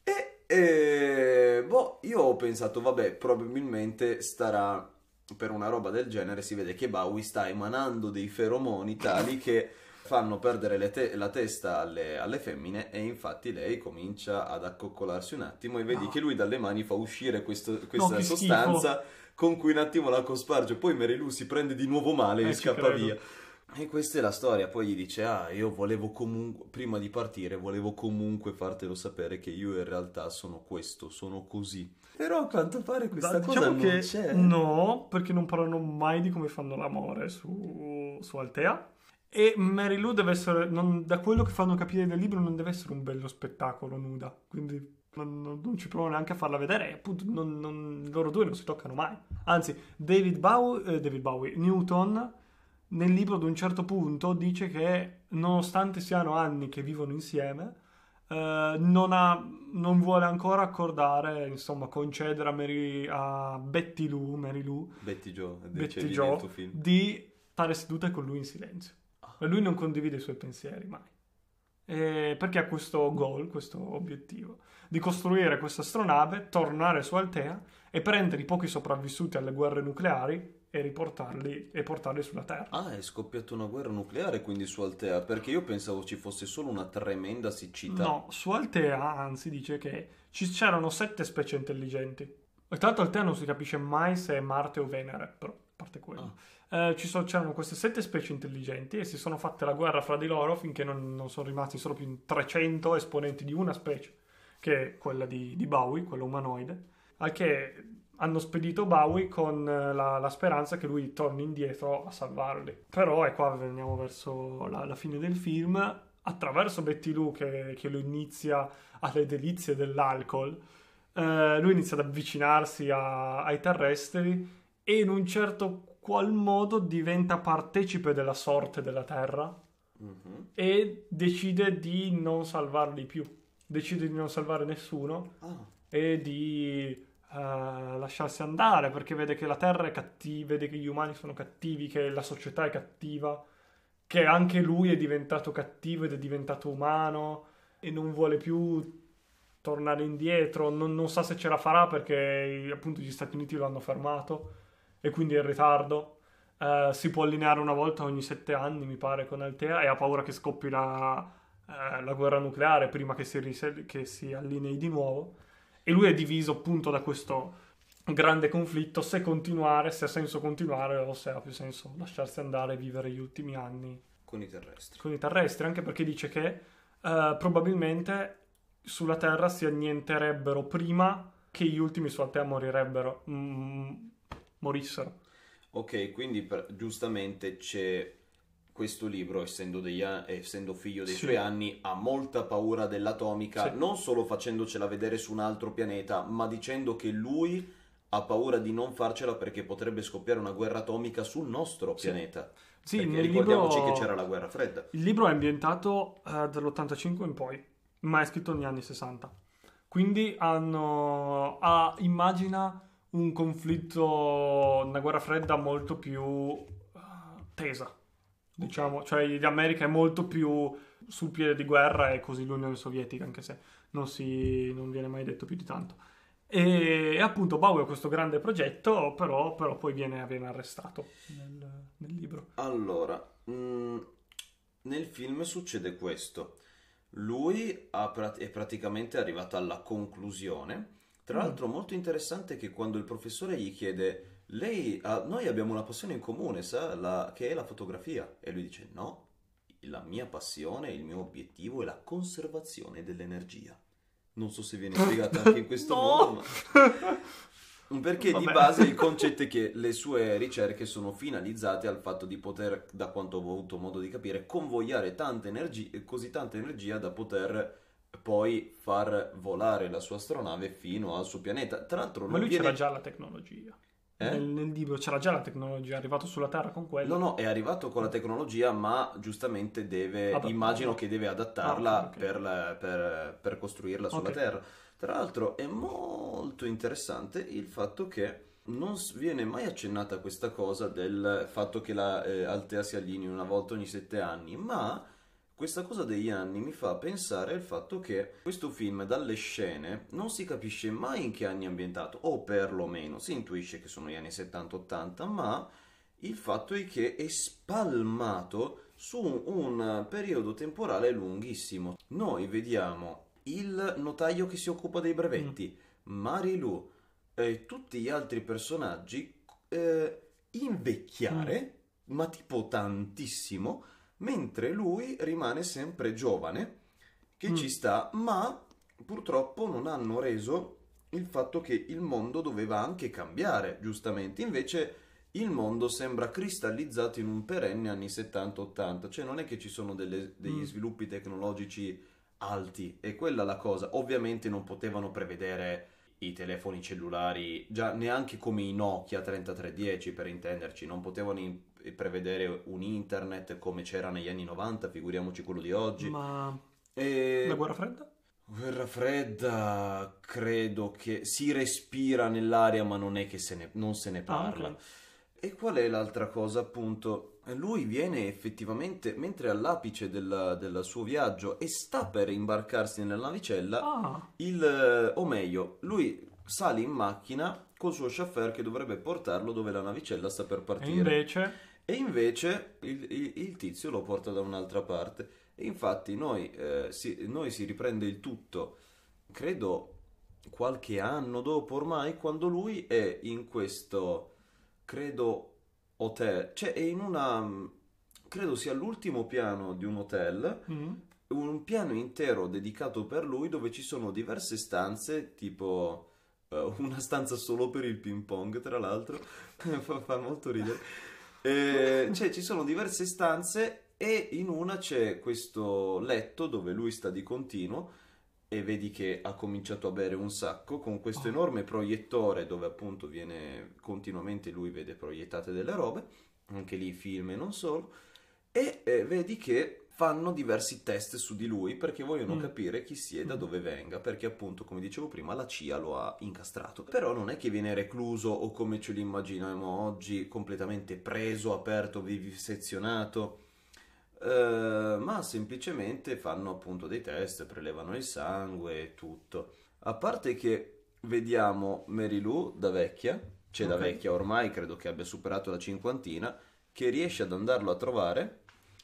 e io ho pensato, vabbè, probabilmente starà per una roba del genere. Si vede che Bowie sta emanando dei feromoni tali che fanno perdere la testa alle femmine e infatti lei comincia ad accoccolarsi un attimo e vedi che lui dalle mani fa uscire questa sostanza con cui un attimo la cosparge, poi Mary Lou si prende di nuovo male e scappa via. E questa è la storia. Poi gli dice: io volevo comunque, prima di partire, volevo comunque fartelo sapere che io in realtà sono questo, sono così. Però a quanto pare questa cosa non c'è. No, perché non parlano mai di come fanno l'amore su Altea. E Mary Lou deve essere, da quello che fanno capire nel libro, non deve essere un bello spettacolo nuda. Quindi non ci provano neanche a farla vedere. E appunto loro due non si toccano mai. Anzi, David Bowie, Newton nel libro ad un certo punto dice che nonostante siano anni che vivono insieme, non vuole ancora accordare, insomma, concedere a Mary Lou, Betty Joe, Betty dicevi Joe, nel tuo film. di stare seduta con lui in silenzio. E lui non condivide i suoi pensieri mai. Perché ha questo goal, questo obiettivo, di costruire questa astronave, tornare su Altea e prendere i pochi sopravvissuti alle guerre nucleari e portarli sulla Terra. Ah, è scoppiata una guerra nucleare quindi su Altea, perché io pensavo ci fosse solo una tremenda siccità. No, su Altea, anzi, dice che c'erano 7 specie intelligenti. E tra l'altro Altea non si capisce mai se è Marte o Venere, però, a parte quello. C'erano queste 7 specie intelligenti e si sono fatte la guerra fra di loro finché non sono rimasti solo più 300 esponenti di una specie, che è quella di Bowie, quella umanoide, al che hanno spedito Bowie con la speranza che lui torni indietro a salvarli. Però, e qua veniamo verso la fine del film, attraverso Betty Lou che lo inizia alle delizie dell'alcol, lui inizia ad avvicinarsi ai terrestri e in un certo qual modo diventa partecipe della sorte della Terra e decide di non salvarli più, decide di non salvare nessuno e di lasciarsi andare perché vede che la Terra è cattiva, vede che gli umani sono cattivi, che la società è cattiva, che anche lui è diventato cattivo ed è diventato umano e non vuole più tornare indietro, non sa se ce la farà perché appunto gli Stati Uniti lo hanno fermato e quindi è in ritardo. Si può allineare una volta ogni 7 anni, mi pare, con Altea e ha paura che scoppi la guerra nucleare prima che si allinei di nuovo. E lui è diviso appunto da questo grande conflitto, se ha senso continuare o se ha più senso lasciarsi andare e vivere gli ultimi anni con i terrestri. Con i terrestri, anche perché dice che probabilmente sulla Terra si annienterebbero prima che gli ultimi su Altea morissero. Ok, quindi giustamente c'è questo libro, essendo figlio dei suoi anni, ha molta paura dell'atomica, non solo facendocela vedere su un altro pianeta, ma dicendo che lui ha paura di non farcela perché potrebbe scoppiare una guerra atomica sul nostro pianeta. Sì, perché ricordiamoci che c'era la guerra fredda. Il libro è ambientato dall'85 in poi, ma è scritto negli anni 60. Quindi immagina un conflitto, una guerra fredda molto più tesa, diciamo. Cioè l'America è molto più sul piede di guerra e così l'Unione Sovietica, anche se non viene mai detto più di tanto. E appunto Bowie ha questo grande progetto, però poi viene arrestato nel libro. Allora, nel film succede questo. Lui è praticamente arrivato alla conclusione. Tra l'altro molto interessante che quando il professore gli chiede noi abbiamo una passione in comune, sa, che è la fotografia. E lui dice no, la mia passione, il mio obiettivo è la conservazione dell'energia. Non so se viene spiegato anche in questo modo, ma... Perché di base il concetto è che le sue ricerche sono finalizzate al fatto di poter, da quanto ho avuto modo di capire, convogliare così tanta energia da poter poi far volare la sua astronave fino al suo pianeta. Tra l'altro ma lui c'era già la tecnologia. Nel libro c'era già la tecnologia, è arrivato sulla Terra con quella. No, è arrivato con la tecnologia, ma giustamente immagino che deve adattarla per costruirla sulla Terra. Tra l'altro è molto interessante il fatto che non viene mai accennata questa cosa del fatto che la Altea si allinei una volta ogni 7 anni, ma questa cosa degli anni mi fa pensare al fatto che questo film dalle scene non si capisce mai in che anni è ambientato, o perlomeno si intuisce che sono gli anni 70-80, ma il fatto è che è spalmato su un periodo temporale lunghissimo. Noi vediamo il notaio che si occupa dei brevetti, Mary Lou e tutti gli altri personaggi invecchiare, ma tipo tantissimo, mentre lui rimane sempre giovane, che ci sta, ma purtroppo non hanno reso il fatto che il mondo doveva anche cambiare, giustamente. Invece il mondo sembra cristallizzato in un perenne anni 70-80, cioè non è che ci sono degli sviluppi tecnologici alti, è quella la cosa. Ovviamente non potevano prevedere i telefoni cellulari, già neanche come i Nokia 3310 per intenderci, non potevano prevedere un internet come c'era negli anni 90, figuriamoci quello di oggi. Ma E... la guerra fredda? Guerra fredda, credo che si respira nell'aria, ma non è che non se ne parla. Ok. E qual è l'altra cosa, appunto? Lui viene effettivamente, mentre è all'apice del suo viaggio e sta per imbarcarsi nella navicella, Ah, o meglio, lui sale in macchina col suo chauffeur che dovrebbe portarlo dove la navicella sta per e partire. invece... E invece il tizio lo porta da un'altra parte. E infatti noi si riprende il tutto, credo, qualche anno dopo ormai, quando lui è in questo, credo, hotel. Cioè è in una... credo sia l'ultimo piano di un hotel, Mm. un piano intero dedicato per lui dove ci sono diverse stanze, tipo una stanza solo per il ping pong, tra l'altro, fa molto ridere. Cioè, ci sono diverse stanze e in una c'è questo letto dove lui sta di continuo e vedi che ha cominciato a bere un sacco con questo Oh. enorme proiettore dove appunto viene continuamente lui vede proiettate delle robe, anche lì film e non solo, e vedi che fanno diversi test su di lui perché vogliono Mm. capire chi sia e da dove venga, perché appunto, come dicevo prima, la CIA lo ha incastrato. Però non è che viene recluso o come ce lo immaginiamo oggi, completamente preso, aperto, vivisezionato, ma semplicemente fanno appunto dei test, prelevano il sangue e tutto. A parte che vediamo Mary Lou da vecchia, cioè da Ok. vecchia ormai, credo che abbia superato la cinquantina, che riesce ad andarlo a trovare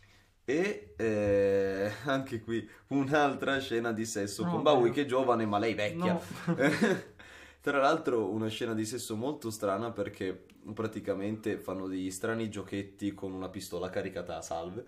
e anche qui un'altra scena di sesso No, con Bowie Dio. che è giovane ma lei vecchia. No. Tra l'altro una scena di sesso molto strana perché praticamente fanno degli strani giochetti con una pistola caricata a salve.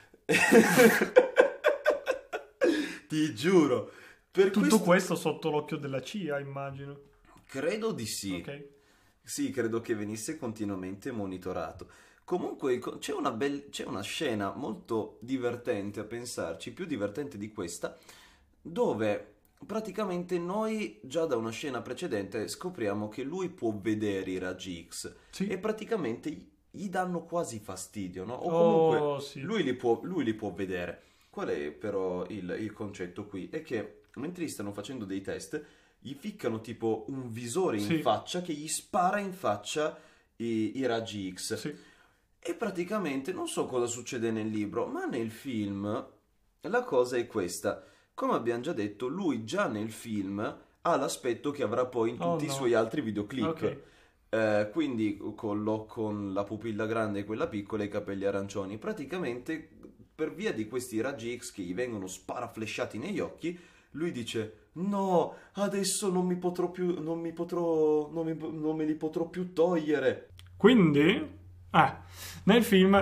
Ti giuro. Per Tutto questo sotto l'occhio della CIA, immagino. credo di sì. Ok. Sì, credo che venisse continuamente monitorato. Comunque c'è una scena molto divertente a pensarci, più divertente di questa, dove praticamente noi già da una scena precedente scopriamo che lui può vedere i raggi X Sì. e praticamente gli danno quasi fastidio, no? O Oh, comunque sì. lui li può vedere. Qual è però il concetto qui? È che mentre gli stanno facendo dei test, gli ficcano tipo un visore in Sì. faccia che gli spara in faccia i raggi X. Sì. E praticamente non so cosa succede nel libro, ma nel film la cosa è questa. Come abbiamo già detto, lui già nel film ha l'aspetto che avrà poi in Oh, tutti i no. suoi altri videoclip. Ok. Quindi con la pupilla grande e quella piccola e i capelli arancioni. Praticamente per via di questi raggi X che gli vengono sparaflesciati negli occhi, lui dice: no, adesso non mi potrò più, non me li potrò più togliere. Quindi, nel film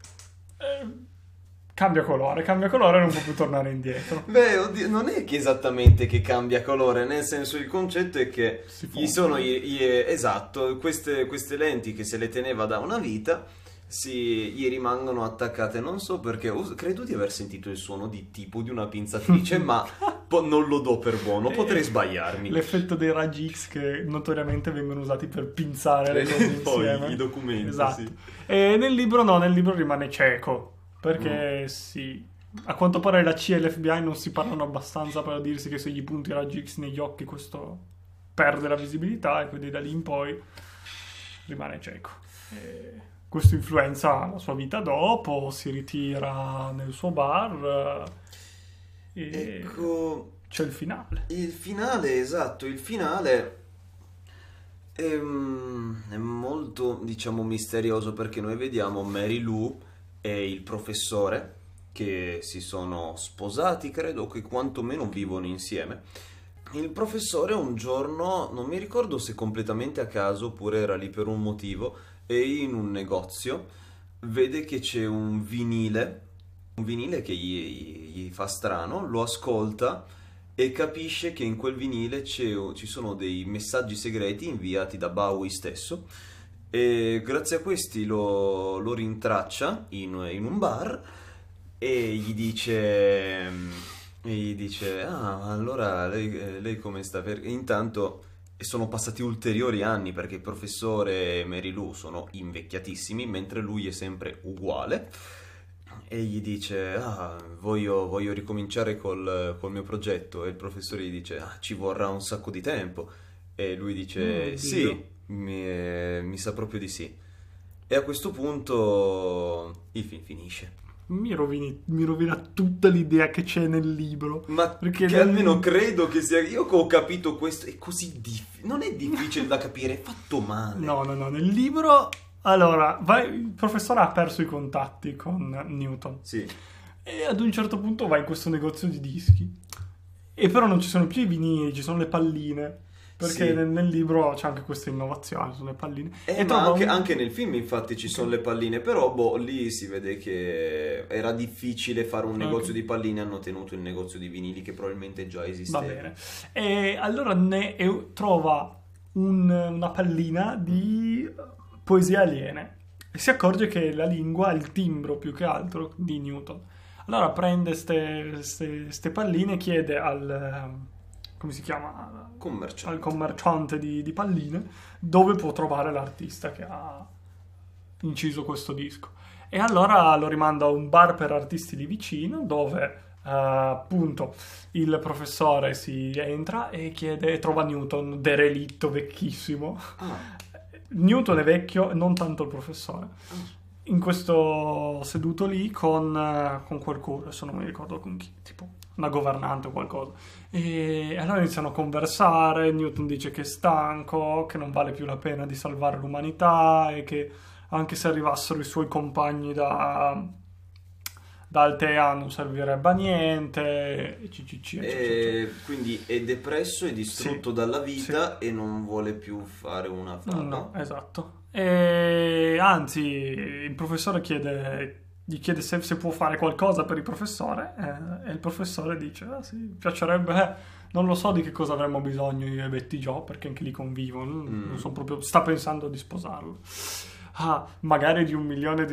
cambia colore e non può più tornare indietro. Beh, oddio, non è che esattamente che cambia colore, nel senso il concetto è che Si gli fonde. sono esatto, queste lenti che se le teneva da una vita gli rimangono attaccate, non so perché, credo di aver sentito il suono di tipo di una pinzatrice, ma non lo do per buono, potrei sbagliarmi. L'effetto dei raggi X che notoriamente vengono usati per pinzare le cose Poi insieme. i documenti, Esatto. sì. E nel libro no, nel libro rimane cieco. Perché sì, a quanto pare la CIA e l'FBI non si parlano abbastanza per dirsi che se gli punti i raggi X negli occhi questo perde la visibilità e quindi da lì in poi rimane cieco. E questo influenza la sua vita dopo, si ritira nel suo bar e Ecco, c'è il finale. il finale, esatto, il finale è molto, diciamo, misterioso perché noi vediamo Mary Lou e il professore che si sono sposati, credo che quantomeno vivono insieme. Il professore un giorno, non mi ricordo se completamente a caso oppure era lì per un motivo, e in un negozio vede che c'è un vinile che gli fa strano, lo ascolta e capisce che in quel vinile ci sono dei messaggi segreti inviati da Bowie stesso e grazie a questi lo rintraccia in un bar e gli dice ah allora lei come sta? Intanto E sono passati ulteriori anni perché il professore e Mary Lou sono invecchiatissimi, mentre lui è sempre uguale. E gli dice, voglio ricominciare col mio progetto. E il professore gli dice, ci vorrà un sacco di tempo. E lui dice, sì, mi sa proprio di sì. E a questo punto il film finisce. Mi rovina tutta l'idea che c'è nel libro. Ma perché che almeno credo che sia... Io che ho capito questo, è così difficile. Non è difficile da capire, è fatto male. No, nel libro... Allora, il professore ha perso i contatti con Newton. Sì. E ad un certo punto va in questo negozio di dischi. E però non ci sono più i vinili, ci sono le palline. Perché Sì. nel libro c'è anche questa innovazione, sono le palline. Ma anche nel film infatti ci sono le palline, però lì si vede che era difficile fare un negozio di palline, hanno tenuto il negozio di vinili che probabilmente già esisteva. Va bene. E allora trova una pallina di poesie aliene e si accorge che la lingua è il timbro più che altro di Newton. Allora prende ste palline e chiede come si chiama? Al commerciante di palline dove può trovare l'artista che ha inciso questo disco. E allora lo rimanda a un bar per artisti lì vicino dove appunto il professore si entra e trova Newton derelitto, vecchissimo. Newton è vecchio, non tanto il professore. In questo seduto lì con qualcuno, adesso non mi ricordo con chi, tipo una governante o qualcosa. E allora iniziano a conversare, Newton dice che è stanco, che non vale più la pena di salvare l'umanità e che anche se arrivassero i suoi compagni da Altea non servirebbe a niente, quindi è depresso e distrutto dalla vita e non vuole più fare una fata. No, esatto. E anzi, il professore gli chiede se può fare qualcosa per il professore e il professore dice, sì, piacerebbe, non lo so di che cosa avremmo bisogno io e Betty Joe perché anche lì convivono, non so proprio, sta pensando di sposarlo. Magari di $1 milione.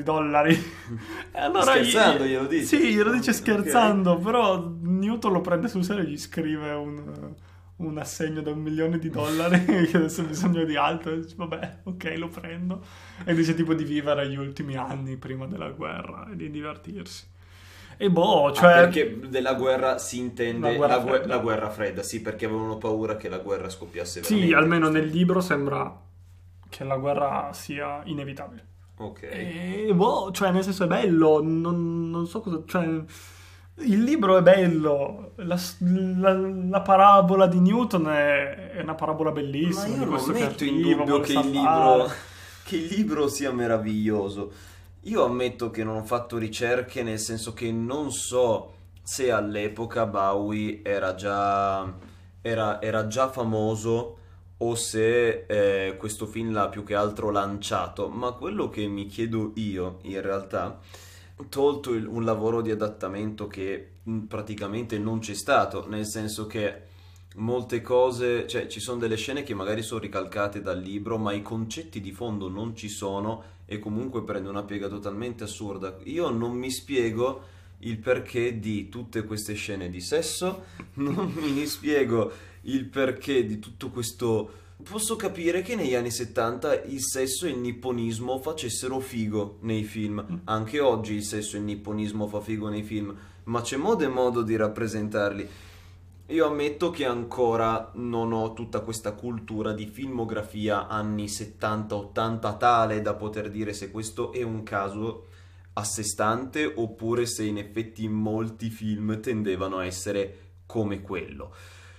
Allora scherzando glielo dice? Sì, glielo dice scherzando, okay. Però Newton lo prende sul serio e gli scrive un assegno da $1 milione che adesso ha bisogno di altro. E dice, vabbè, ok, lo prendo. E dice tipo di vivere gli ultimi anni prima della guerra e di divertirsi. E perché della guerra si intende la guerra fredda, sì, perché avevano paura che la guerra scoppiasse veramente. Sì, almeno nel libro sembra che la guerra sia inevitabile. Ok. E nel senso è bello, non so cosa, il libro è bello, la parabola di Newton è una parabola bellissima. Ma io non metto in dubbio che il libro sia meraviglioso. Io ammetto che non ho fatto ricerche, nel senso che non so se all'epoca Bowie era già famoso o se questo film l'ha più che altro lanciato, ma quello che mi chiedo io in realtà, tolto un lavoro di adattamento che praticamente non c'è stato, nel senso che molte cose, ci sono delle scene che magari sono ricalcate dal libro, ma i concetti di fondo non ci sono e comunque prende una piega totalmente assurda. Io non mi spiego il perché di tutte queste scene di sesso, non mi spiego il perché di tutto questo. Posso capire che negli anni 70 il sesso e il nipponismo facessero figo nei film, anche oggi il sesso e il nipponismo fa figo nei film, ma c'è modo e modo di rappresentarli. Io ammetto che ancora non ho tutta questa cultura di filmografia anni 70-80 tale da poter dire se questo è un caso a sé stante oppure se in effetti molti film tendevano a essere come quello.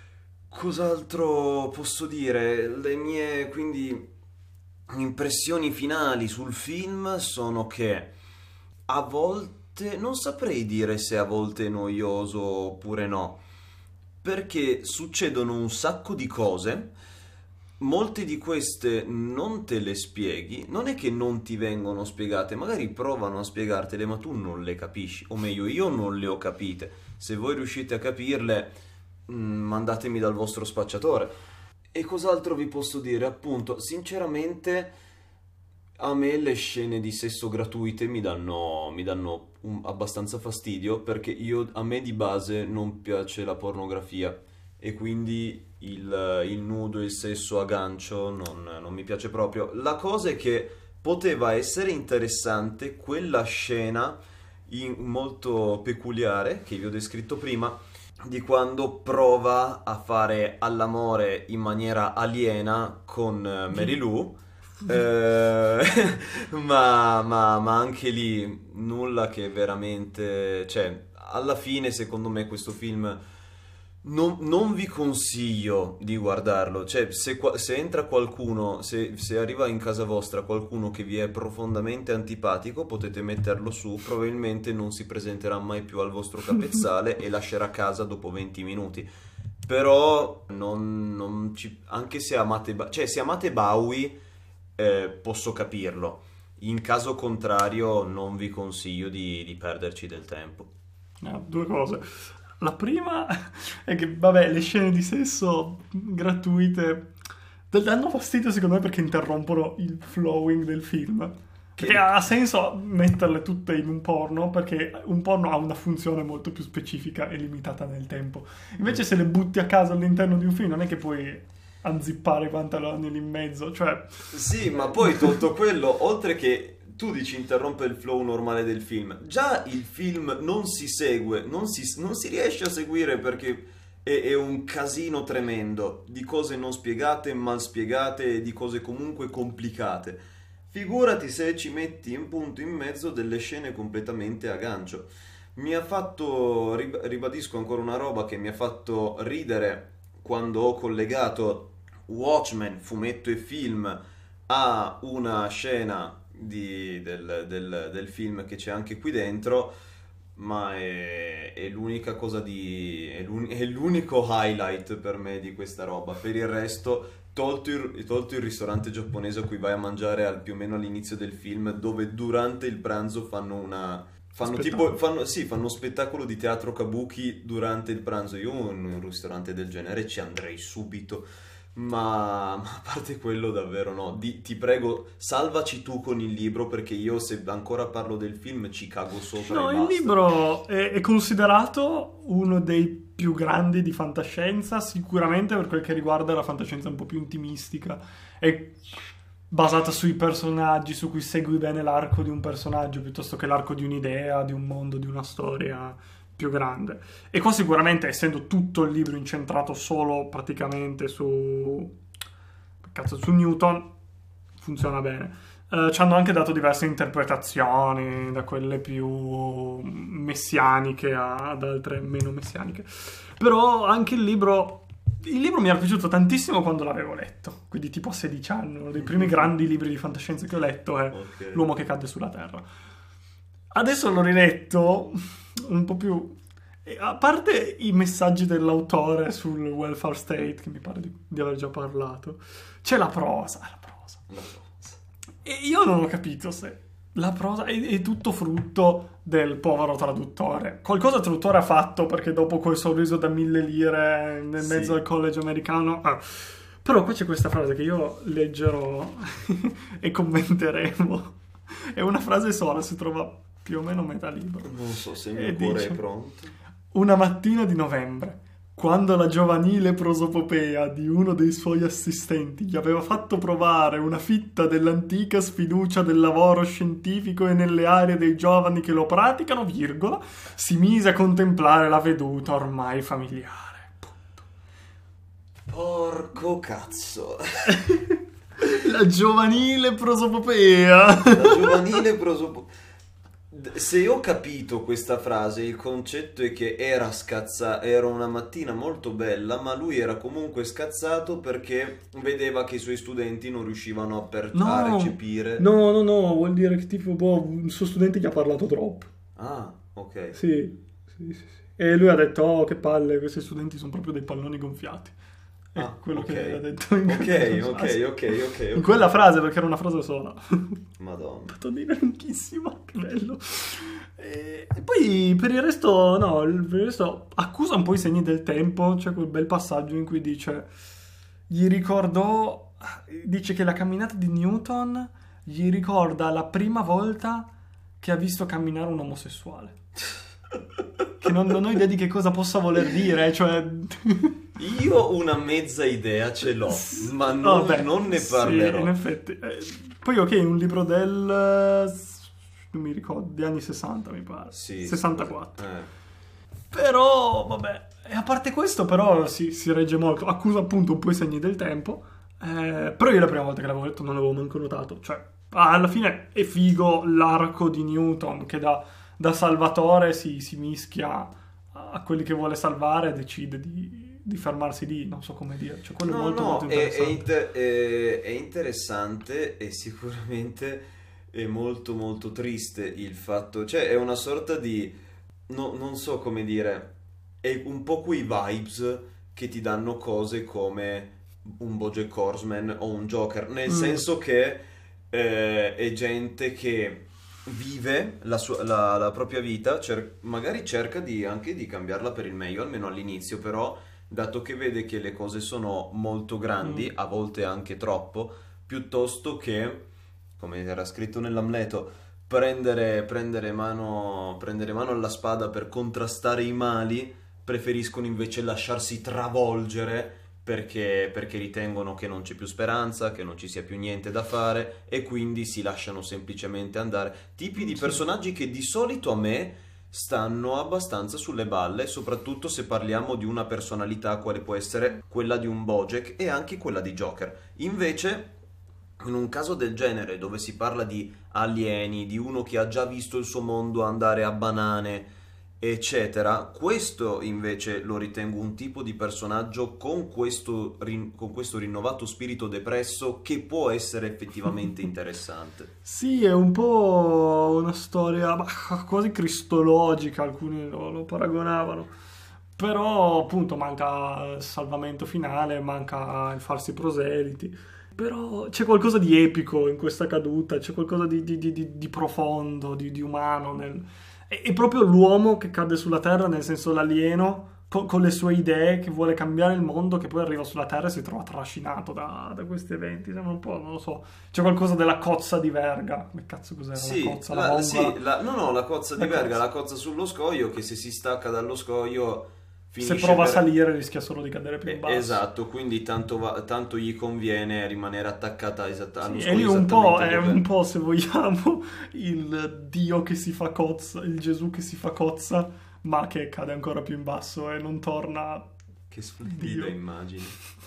Cos'altro posso dire? Le mie quindi impressioni finali sul film sono che a volte non saprei dire se a volte è noioso oppure no, perché succedono un sacco di cose, molte di queste non te le spieghi, non è che non ti vengono spiegate, magari provano a spiegartele ma tu non le capisci, o meglio io non le ho capite. Se voi riuscite a capirle, mandatemi dal vostro spacciatore. E cos'altro vi posso dire? Appunto, sinceramente a me le scene di sesso gratuite mi danno abbastanza fastidio, perché a me di base non piace la pornografia e quindi il nudo, il sesso a gancio, non mi piace proprio. La cosa è che poteva essere interessante quella scena molto peculiare che vi ho descritto prima, di quando prova a fare all'amore in maniera aliena con Mary Lou. Ma anche lì nulla che veramente, cioè, alla fine secondo me questo film non vi consiglio di guardarlo. Cioè, se entra qualcuno, se arriva in casa vostra qualcuno che vi è profondamente antipatico, potete metterlo su, probabilmente non si presenterà mai più al vostro capezzale e lascerà casa dopo 20 minuti. Però anche se amate, cioè, se amate Bowie, posso capirlo. In caso contrario non vi consiglio di perderci del tempo. Due cose. La prima è che, vabbè, le scene di sesso gratuite danno fastidio secondo me perché interrompono il flowing del film. Che ha senso metterle tutte in un porno, perché un porno ha una funzione molto più specifica e limitata nel tempo. Invece se le butti a caso all'interno di un film non è che puoi anzippare i pantaloni lì in mezzo, cioè... Sì, ma poi tolto quello, oltre che tu dici interrompe il flow normale del film, già il film non si segue, non si riesce a seguire perché è un casino tremendo di cose non spiegate, mal spiegate e di cose comunque complicate. Figurati se ci metti un punto in mezzo delle scene completamente a gancio. Mi ha fatto, ribadisco ancora una roba che mi ha fatto ridere quando ho collegato Watchmen, fumetto e film, a una scena del film che c'è anche qui dentro, ma è l'unica cosa è l'unico highlight per me di questa roba. Per il resto, tolto il ristorante giapponese a cui vai a mangiare più o meno all'inizio del film, dove durante il pranzo fanno spettacolo di teatro kabuki durante il pranzo. Io in un ristorante del genere ci andrei subito. Ma a parte quello davvero no. Ti prego, salvaci tu con il libro, perché io se ancora parlo del film ci cago sopra. No, e il basta. libro è considerato uno dei più grandi di fantascienza, sicuramente per quel che riguarda la fantascienza un po' più intimistica. È basata sui personaggi, su cui segui bene l'arco di un personaggio piuttosto che l'arco di un'idea, di un mondo, di una storia più grande. E qua sicuramente, essendo tutto il libro incentrato solo praticamente su Newton, funziona bene. Ci hanno anche dato diverse interpretazioni, da quelle più messianiche ad altre meno messianiche. Però anche il libro mi era piaciuto tantissimo quando l'avevo letto, quindi tipo a 16 anni. Uno dei primi grandi libri di fantascienza che ho letto è L'uomo che cadde sulla Terra. Adesso l'ho riletto un po' più, a parte i messaggi dell'autore sul welfare state, che mi pare di aver già parlato, c'è la prosa. E io non ho capito se la prosa è tutto frutto del povero traduttore. Qualcosa il traduttore ha fatto, perché dopo quel sorriso da 1.000 lire nel mezzo al college americano... Però qua c'è questa frase che io leggerò e commenteremo. È una frase sola, si trova più o meno a metà libro. Non so se il mio cuore è pronto. Una mattina di novembre, quando la giovanile prosopopea di uno dei suoi assistenti gli aveva fatto provare una fitta dell'antica sfiducia del lavoro scientifico e nelle aree dei giovani che lo praticano, virgola, si mise a contemplare la veduta ormai familiare. Punto. Porco cazzo. La giovanile prosopopea. La giovanile prosopopea. Se ho capito questa frase, il concetto è che era una mattina molto bella, ma lui era comunque scazzato perché vedeva che i suoi studenti non riuscivano a recepire. No, vuol dire che tipo un suo studente gli ha parlato troppo. Ah, ok. Sì. E lui ha detto, oh che palle, questi studenti sono proprio dei palloni gonfiati. Quello che ha detto in ok. In quella frase, perché era una frase sola. Madonna. Fatto dire lunghissimo, che bello. E poi per il resto, no, per il resto accusa un po' i segni del tempo. C'è quel bel passaggio in cui dice che la camminata di Newton gli ricorda la prima volta che ha visto camminare un omosessuale. che non ho idea di che cosa possa voler dire, cioè... Io ho una mezza idea ce l'ho, ma non ne parlerò. Sì, in effetti. Poi ok, un libro del... non mi ricordo, di anni 60 mi pare. Sì, 64. Però, vabbè, e a parte questo però si regge molto. Accusa appunto un po' i segni del tempo. Però io la prima volta che l'avevo letto non l'avevo manco notato. Cioè, alla fine è figo l'arco di Newton che da salvatore si mischia a quelli che vuole salvare e decide di fermarsi lì, non so come dire. Cioè, quello è molto interessante. È interessante e sicuramente è molto molto triste il fatto, cioè è una sorta di, non so come dire, è un po' quei vibes che ti danno cose come un BoJack Horseman o un Joker, nel senso che è gente che vive la propria vita, magari cerca anche di cambiarla per il meglio, almeno all'inizio, però dato che vede che le cose sono molto grandi, a volte anche troppo, piuttosto che, come era scritto nell'Amleto, prendere mano alla spada per contrastare i mali, preferiscono invece lasciarsi travolgere perché ritengono che non c'è più speranza, che non ci sia più niente da fare e quindi si lasciano semplicemente andare. Tipi di personaggi che di solito a me stanno abbastanza sulle balle, soprattutto se parliamo di una personalità quale può essere quella di un BoJack e anche quella di Joker. Invece, in un caso del genere, dove si parla di alieni, di uno che ha già visto il suo mondo andare a banane, eccetera, questo invece lo ritengo un tipo di personaggio con questo rinnovato spirito depresso che può essere effettivamente interessante. Sì, è un po' una storia quasi cristologica, alcuni lo paragonavano, però appunto manca il salvamento finale, manca il farsi proseliti, però c'è qualcosa di epico in questa caduta, c'è qualcosa di profondo, di umano è proprio l'uomo che cade sulla terra, nel senso l'alieno con le sue idee, che vuole cambiare il mondo, che poi arriva sulla terra e si trova trascinato da questi eventi. Sembra un po', non lo so, c'è qualcosa della cozza di Verga. Che cazzo cos'era? Sì, la cozza, la bomba? la cozza di Verga, la cozza sullo scoglio, che se si stacca dallo scoglio se prova a salire rischia solo di cadere più in basso. Esatto, quindi tanto gli conviene rimanere attaccata allo scoglio. E lì è un po', se vogliamo, il Dio che si fa cozza, il Gesù che si fa cozza, ma che cade ancora più in basso e non torna. Che splendida immagine.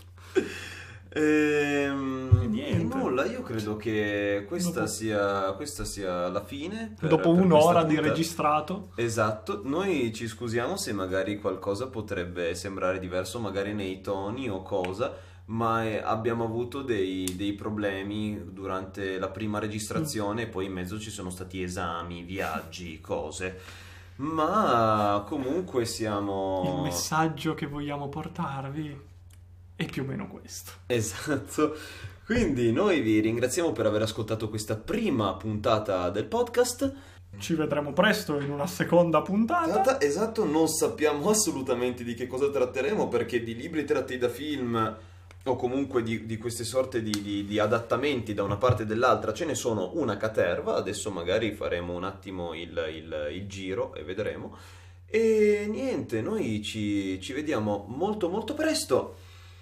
Niente. Nulla, io credo che questa sia la fine. Dopo un'ora di registrato. Esatto, noi ci scusiamo se magari qualcosa potrebbe sembrare diverso, magari nei toni o cosa, ma abbiamo avuto dei problemi durante la prima registrazione e poi in mezzo ci sono stati esami, viaggi, cose. Ma comunque siamo... Il messaggio che vogliamo portarvi è più o meno questo. Esatto. Quindi noi vi ringraziamo per aver ascoltato questa prima puntata del podcast. Ci vedremo presto in una seconda puntata. Esatto, non sappiamo assolutamente di che cosa tratteremo, perché di libri tratti da film o comunque di queste sorte di adattamenti da una parte e dall'altra ce ne sono una caterva. Adesso magari faremo un attimo il giro e vedremo. E niente, noi ci vediamo molto molto presto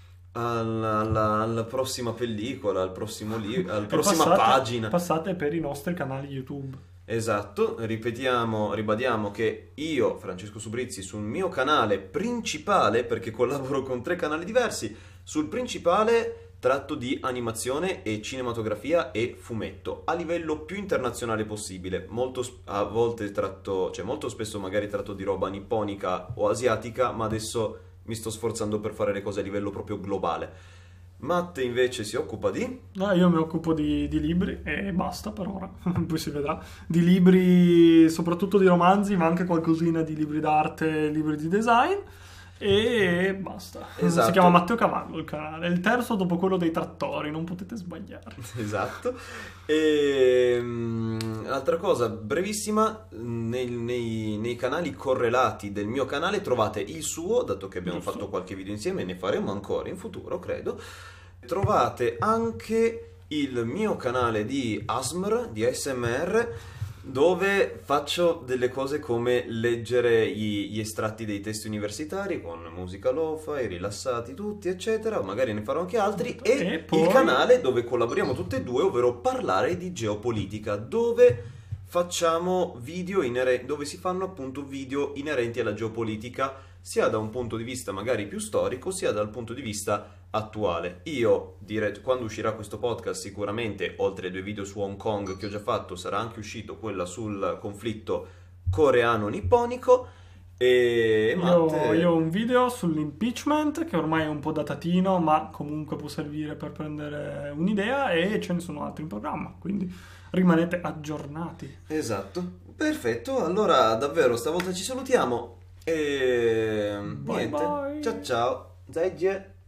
alla prossima pellicola, al prossimo libro, alla prossima pagina. Passate per i nostri canali YouTube. Esatto, ribadiamo che io, Francesco Subrizzi, sul mio canale principale, perché collaboro con 3 canali diversi, sul principale tratto di animazione e cinematografia e fumetto a livello più internazionale possibile. Molto spesso magari tratto di roba nipponica o asiatica, ma adesso mi sto sforzando per fare le cose a livello proprio globale. Matte invece si occupa di? Io mi occupo di libri e basta per ora, poi si vedrà. Di libri, soprattutto di romanzi, ma anche qualcosina di libri d'arte, libri di design e basta. Esatto. Si chiama Matteo Cavallo il canale, è il terzo dopo quello dei trattori, non potete sbagliare. Esatto. E altra cosa brevissima, nei canali correlati del mio canale trovate il suo, dato che abbiamo fatto qualche video insieme e ne faremo ancora in futuro, credo. Trovate anche il mio canale di ASMR, dove faccio delle cose come leggere gli estratti dei testi universitari con musica lo-fi, rilassati tutti, eccetera, magari ne farò anche altri, e poi... il canale dove collaboriamo tutte e due, ovvero parlare di geopolitica, dove facciamo video dove si fanno appunto video inerenti alla geopolitica, sia da un punto di vista magari più storico, sia dal punto di vista attuale. Io direi, quando uscirà questo podcast, sicuramente oltre ai 2 video su Hong Kong che ho già fatto, sarà anche uscito quella sul conflitto coreano-nipponico. E io ho un video sull'impeachment che ormai è un po' datatino, ma comunque può servire per prendere un'idea, e ce ne sono altri in programma, quindi rimanete aggiornati. Esatto, perfetto. Allora davvero stavolta ci salutiamo e bye niente. bye. Ciao ciao. Zai